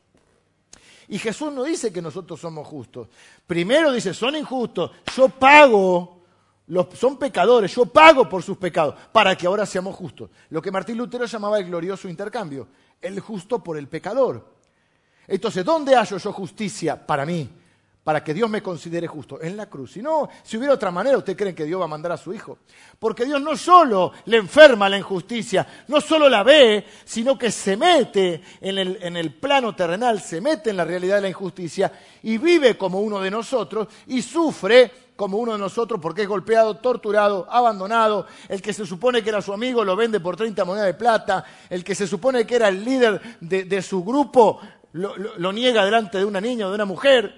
Y Jesús no dice que nosotros somos justos. Primero dice, son injustos, yo pago, son pecadores, yo pago por sus pecados, para que ahora seamos justos. Lo que Martín Lutero llamaba el glorioso intercambio, el justo por el pecador. Entonces, ¿dónde hallo yo justicia para mí? Para que Dios me considere justo, en la cruz. Si no, si hubiera otra manera, ¿usted cree que Dios va a mandar a su Hijo? Porque Dios no solo le enferma la injusticia, no solo la ve, sino que se mete en el plano terrenal, se mete en la realidad de la injusticia y vive como uno de nosotros y sufre como uno de nosotros porque es golpeado, torturado, abandonado. El que se supone que era su amigo lo vende por 30 monedas de plata. El que se supone que era el líder de su grupo lo niega delante de una niña o de una mujer.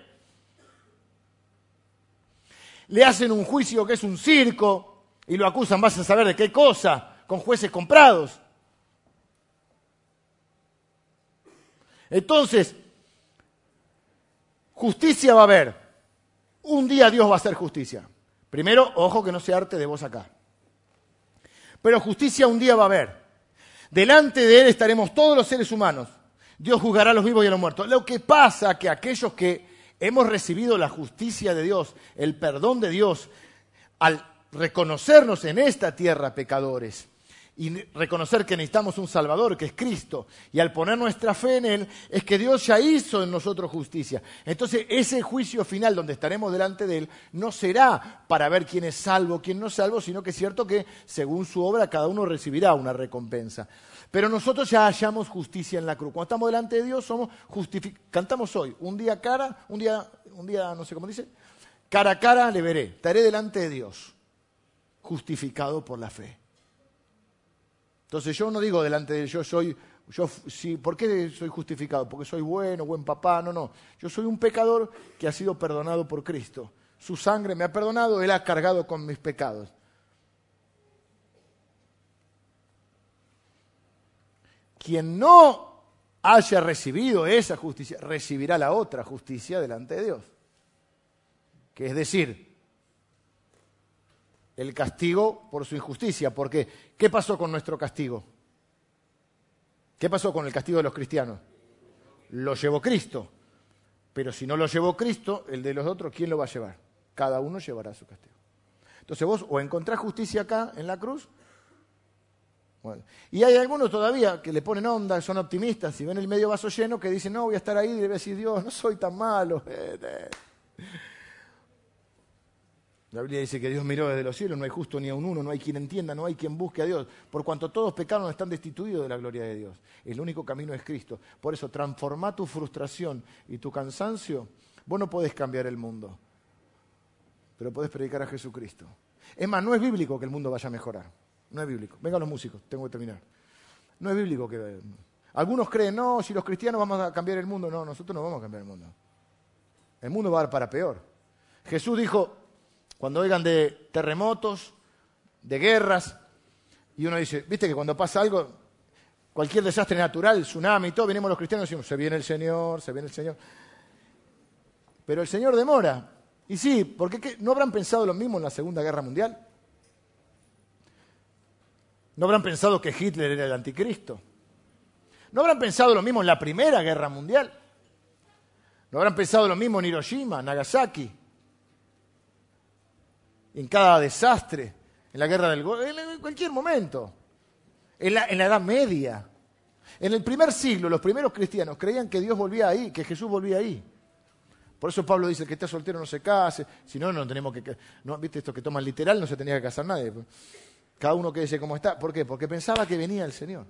Le hacen un juicio que es un circo y lo acusan, vas a saber de qué cosa, con jueces comprados. Entonces, justicia va a haber. Un día Dios va a hacer justicia. Primero, ojo que no se harte de vos acá. Pero justicia un día va a haber. Delante de Él estaremos todos los seres humanos. Dios juzgará a los vivos y a los muertos. Lo que pasa es que aquellos que hemos recibido la justicia de Dios, el perdón de Dios, al reconocernos en esta tierra pecadores y reconocer que necesitamos un Salvador, que es Cristo, y al poner nuestra fe en Él, es que Dios ya hizo en nosotros justicia. Entonces, ese juicio final donde estaremos delante de Él no será para ver quién es salvo, quién no es salvo, sino que es cierto que según su obra cada uno recibirá una recompensa. Pero nosotros ya hallamos justicia en la cruz. Cuando estamos delante de Dios somos justificados. Cantamos hoy, un día no sé cómo dice, cara a cara le veré, estaré delante de Dios, justificado por la fe. Entonces yo no digo delante de Él, sí, ¿por qué soy justificado? Porque soy bueno, buen papá, no. Yo soy un pecador que ha sido perdonado por Cristo. Su sangre me ha perdonado, Él ha cargado con mis pecados. Quien no haya recibido esa justicia, recibirá la otra justicia delante de Dios. Que es decir, el castigo por su injusticia. Porque, ¿qué pasó con nuestro castigo? ¿Qué pasó con el castigo de los cristianos? Lo llevó Cristo. Pero si no lo llevó Cristo, el de los otros, ¿quién lo va a llevar? Cada uno llevará su castigo. Entonces vos o encontrás justicia acá en la cruz. Bueno. Y hay algunos todavía que le ponen onda, son optimistas, y ven el medio vaso lleno, que dicen, no, voy a estar ahí y le voy a decir, Dios, no soy tan malo. La Biblia dice que Dios miró desde los cielos, no hay justo ni a un uno, no hay quien entienda, no hay quien busque a Dios. Por cuanto todos pecaron, están destituidos de la gloria de Dios. El único camino es Cristo. Por eso, transformá tu frustración y tu cansancio. Vos no podés cambiar el mundo, pero podés predicar a Jesucristo. Es más, no es bíblico que el mundo vaya a mejorar. No es bíblico. Vengan los músicos, tengo que terminar. No es bíblico que... Algunos creen, no, si los cristianos vamos a cambiar el mundo. No, nosotros no vamos a cambiar el mundo. El mundo va a ir para peor. Jesús dijo... Cuando oigan de terremotos, de guerras, y uno dice, viste que cuando pasa algo, cualquier desastre natural, tsunami y todo, venimos los cristianos y decimos, se viene el Señor, se viene el Señor. Pero el Señor demora. Y sí, porque ¿no habrán pensado lo mismo en la Segunda Guerra Mundial? ¿No habrán pensado que Hitler era el anticristo? ¿No habrán pensado lo mismo en la Primera Guerra Mundial? ¿No habrán pensado lo mismo en Hiroshima, Nagasaki? En cada desastre, en la guerra del Golfo, en cualquier momento, en la Edad Media. En el primer siglo, los primeros cristianos creían que Dios volvía ahí, que Jesús volvía ahí. Por eso Pablo dice, el que está soltero no se case, si no, no tenemos que... No, ¿viste esto que toman literal? No se tenía que casar nadie. Cada uno quédese como está. ¿Por qué? Porque pensaba que venía el Señor.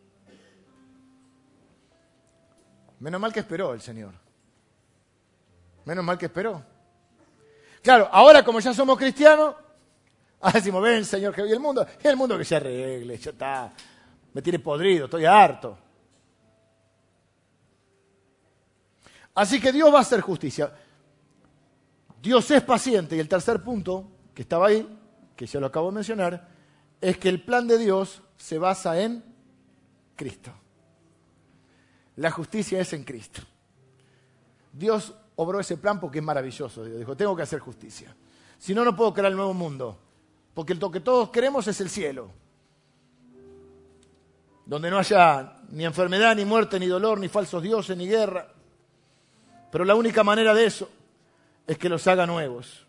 Menos mal que esperó el Señor. Menos mal que esperó. Claro, ahora como ya somos cristianos, decimos, ven Señor, y el mundo que se arregle, ya está, me tiene podrido, estoy harto. Así que Dios va a hacer justicia. Dios es paciente, y el tercer punto, que estaba ahí, que ya lo acabo de mencionar, es que el plan de Dios se basa en Cristo. La justicia es en Cristo. Dios obró ese plan porque es maravilloso. Dios dijo, tengo que hacer justicia. Si no, no puedo crear el nuevo mundo. Porque lo que todos queremos es el cielo. Donde no haya ni enfermedad, ni muerte, ni dolor, ni falsos dioses, ni guerra. Pero la única manera de eso es que los haga nuevos.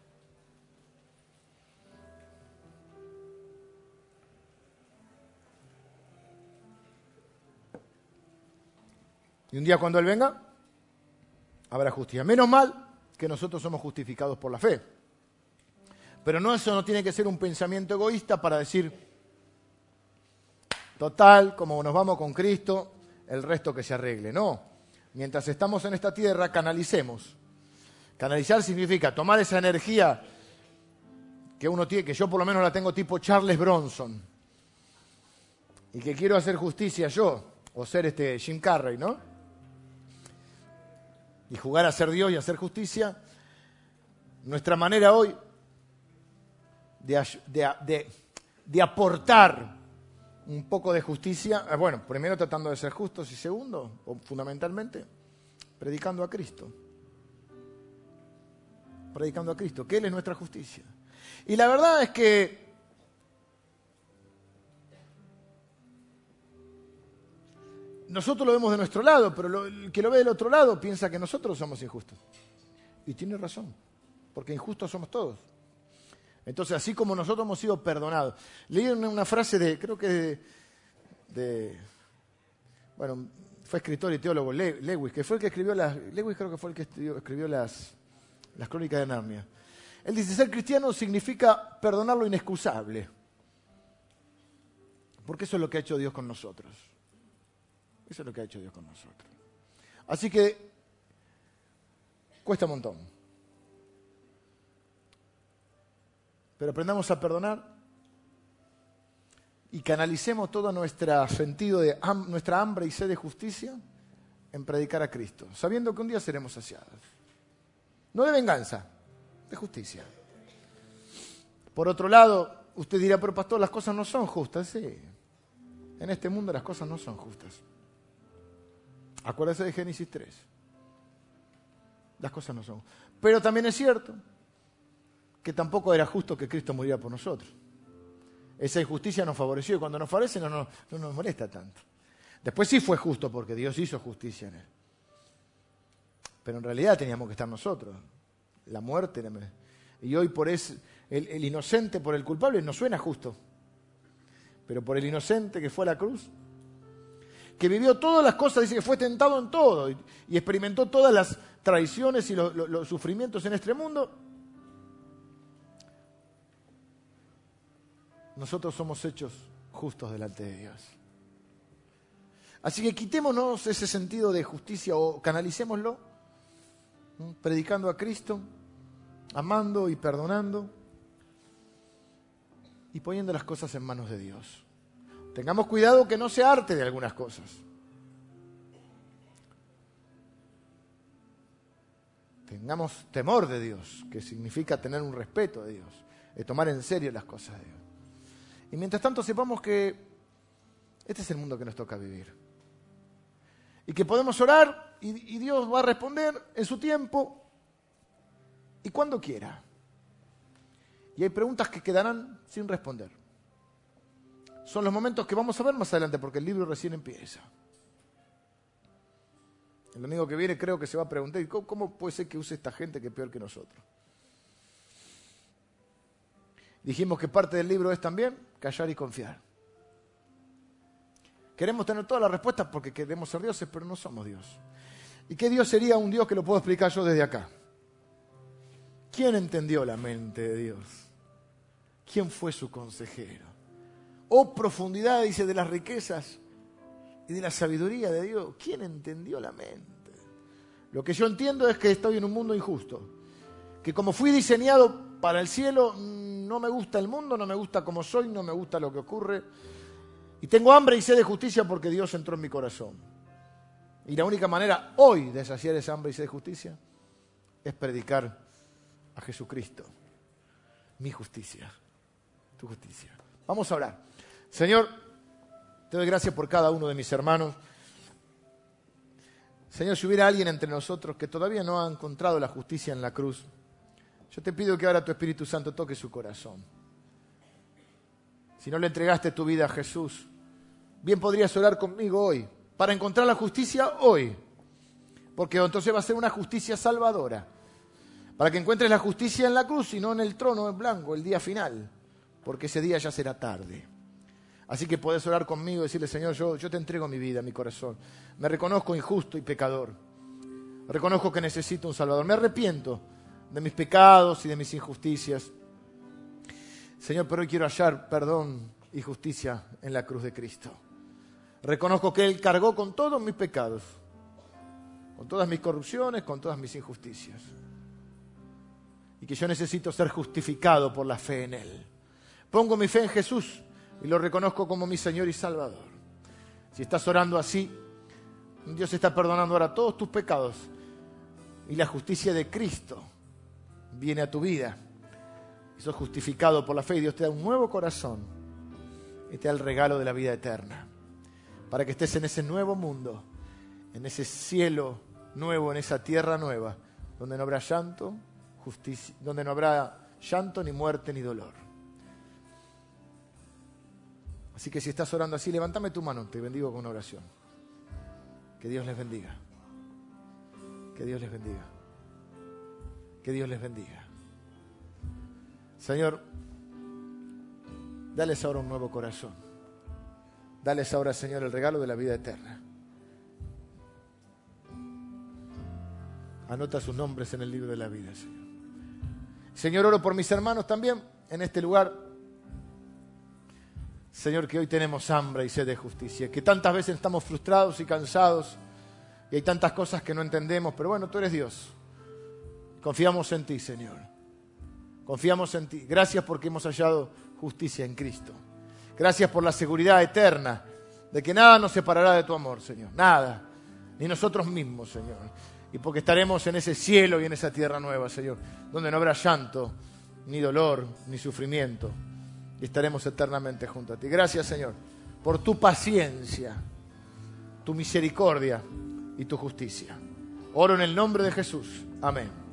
Y un día cuando Él venga, habrá justicia. Menos mal que nosotros somos justificados por la fe. Pero no, eso no tiene que ser un pensamiento egoísta para decir, total, como nos vamos con Cristo, el resto que se arregle. No, mientras estamos en esta tierra, canalicemos. Canalizar significa tomar esa energía que uno tiene, que yo por lo menos la tengo tipo Charles Bronson, y que quiero hacer justicia yo, o ser Jim Carrey, ¿no? Y jugar a ser Dios y a hacer justicia. Nuestra manera hoy de aportar un poco de justicia, bueno, primero tratando de ser justos y segundo, o fundamentalmente, predicando a Cristo. Predicando a Cristo, que Él es nuestra justicia. Y la verdad es que nosotros lo vemos de nuestro lado, pero el que lo ve del otro lado piensa que nosotros somos injustos. Y tiene razón, porque injustos somos todos. Entonces, así como nosotros hemos sido perdonados. Leí una frase creo que bueno, fue escritor y teólogo Lewis, que fue el que escribió Lewis creo que fue el que escribió las Crónicas de Narnia. Él dice, ser cristiano significa perdonar lo inexcusable. Porque eso es lo que ha hecho Dios con nosotros. Eso es lo que ha hecho Dios con nosotros. Así que cuesta un montón. Pero aprendamos a perdonar y canalicemos todo nuestro sentido de nuestra hambre y sed de justicia en predicar a Cristo, sabiendo que un día seremos saciados. No de venganza, de justicia. Por otro lado, usted dirá, pero pastor, las cosas no son justas. Sí, en este mundo las cosas no son justas. Acuérdese de Génesis 3. Las cosas no son. Pero también es cierto que tampoco era justo que Cristo muriera por nosotros. Esa injusticia nos favoreció y cuando nos favorece no nos molesta tanto. Después sí fue justo porque Dios hizo justicia en Él. Pero en realidad teníamos que estar nosotros. La muerte. Y hoy por el inocente por el culpable no suena justo. Pero por el inocente que fue a la cruz, que vivió todas las cosas, dice que fue tentado en todo y experimentó todas las traiciones y los sufrimientos en este mundo. Nosotros somos hechos justos delante de Dios. Así que quitémonos ese sentido de justicia o canalicémoslo, predicando a Cristo, amando y perdonando y poniendo las cosas en manos de Dios. Tengamos cuidado que no se harte de algunas cosas. Tengamos temor de Dios, que significa tener un respeto de Dios, de tomar en serio las cosas de Dios. Y mientras tanto sepamos que este es el mundo que nos toca vivir. Y que podemos orar y Dios va a responder en su tiempo y cuando quiera. Y hay preguntas que quedarán sin responder. Son los momentos que vamos a ver más adelante porque el libro recién empieza. El domingo que viene creo que se va a preguntar ¿cómo puede ser que use esta gente que es peor que nosotros? Dijimos que parte del libro es también callar y confiar. Queremos tener todas las respuestas porque queremos ser dioses, pero no somos Dios. ¿Y qué Dios sería un Dios que lo puedo explicar yo desde acá? ¿Quién entendió la mente de Dios? ¿Quién fue su consejero? Oh, profundidad, dice, de las riquezas y de la sabiduría de Dios. ¿Quién entendió la mente? Lo que yo entiendo es que estoy en un mundo injusto. Que como fui diseñado para el cielo, no me gusta el mundo, no me gusta cómo soy, no me gusta lo que ocurre. Y tengo hambre y sed de justicia porque Dios entró en mi corazón. Y la única manera hoy de saciar esa hambre y sed de justicia es predicar a Jesucristo. Mi justicia, tu justicia. Vamos a orar. Señor, te doy gracias por cada uno de mis hermanos. Señor, si hubiera alguien entre nosotros que todavía no ha encontrado la justicia en la cruz, yo te pido que ahora tu Espíritu Santo toque su corazón. Si no le entregaste tu vida a Jesús, bien podrías orar conmigo hoy, para encontrar la justicia hoy, porque entonces va a ser una justicia salvadora, para que encuentres la justicia en la cruz y no en el trono en blanco, el día final, porque ese día ya será tarde. Así que podés orar conmigo y decirle, Señor, yo te entrego mi vida, mi corazón. Me reconozco injusto y pecador. Reconozco que necesito un Salvador. Me arrepiento de mis pecados y de mis injusticias. Señor, pero hoy quiero hallar perdón y justicia en la cruz de Cristo. Reconozco que Él cargó con todos mis pecados, con todas mis corrupciones, con todas mis injusticias. Y que yo necesito ser justificado por la fe en Él. Pongo mi fe en Jesús y lo reconozco como mi Señor y Salvador. Si estás orando así, Dios está perdonando ahora todos tus pecados y la justicia de Cristo viene a tu vida. Y sos justificado por la fe y Dios te da un nuevo corazón y te da el regalo de la vida eterna. Para que estés en ese nuevo mundo, en ese cielo nuevo, en esa tierra nueva, donde no habrá llanto, donde no habrá llanto, ni muerte, ni dolor. Así que si estás orando así, levántame tu mano, te bendigo con una oración. Que Dios les bendiga. Que Dios les bendiga. Que Dios les bendiga. Señor, dales ahora un nuevo corazón. Dales ahora, Señor, el regalo de la vida eterna. Anota sus nombres en el libro de la vida, Señor. Señor, oro por mis hermanos también en este lugar. Señor, que hoy tenemos hambre y sed de justicia, que tantas veces estamos frustrados y cansados y hay tantas cosas que no entendemos, pero bueno, tú eres Dios. Confiamos en ti, Señor. Confiamos en ti. Gracias porque hemos hallado justicia en Cristo. Gracias por la seguridad eterna de que nada nos separará de tu amor, Señor. Nada. Ni nosotros mismos, Señor. Y porque estaremos en ese cielo y en esa tierra nueva, Señor, donde no habrá llanto, ni dolor, ni sufrimiento. Y estaremos eternamente junto a ti. Gracias, Señor, por tu paciencia, tu misericordia y tu justicia. Oro en el nombre de Jesús. Amén.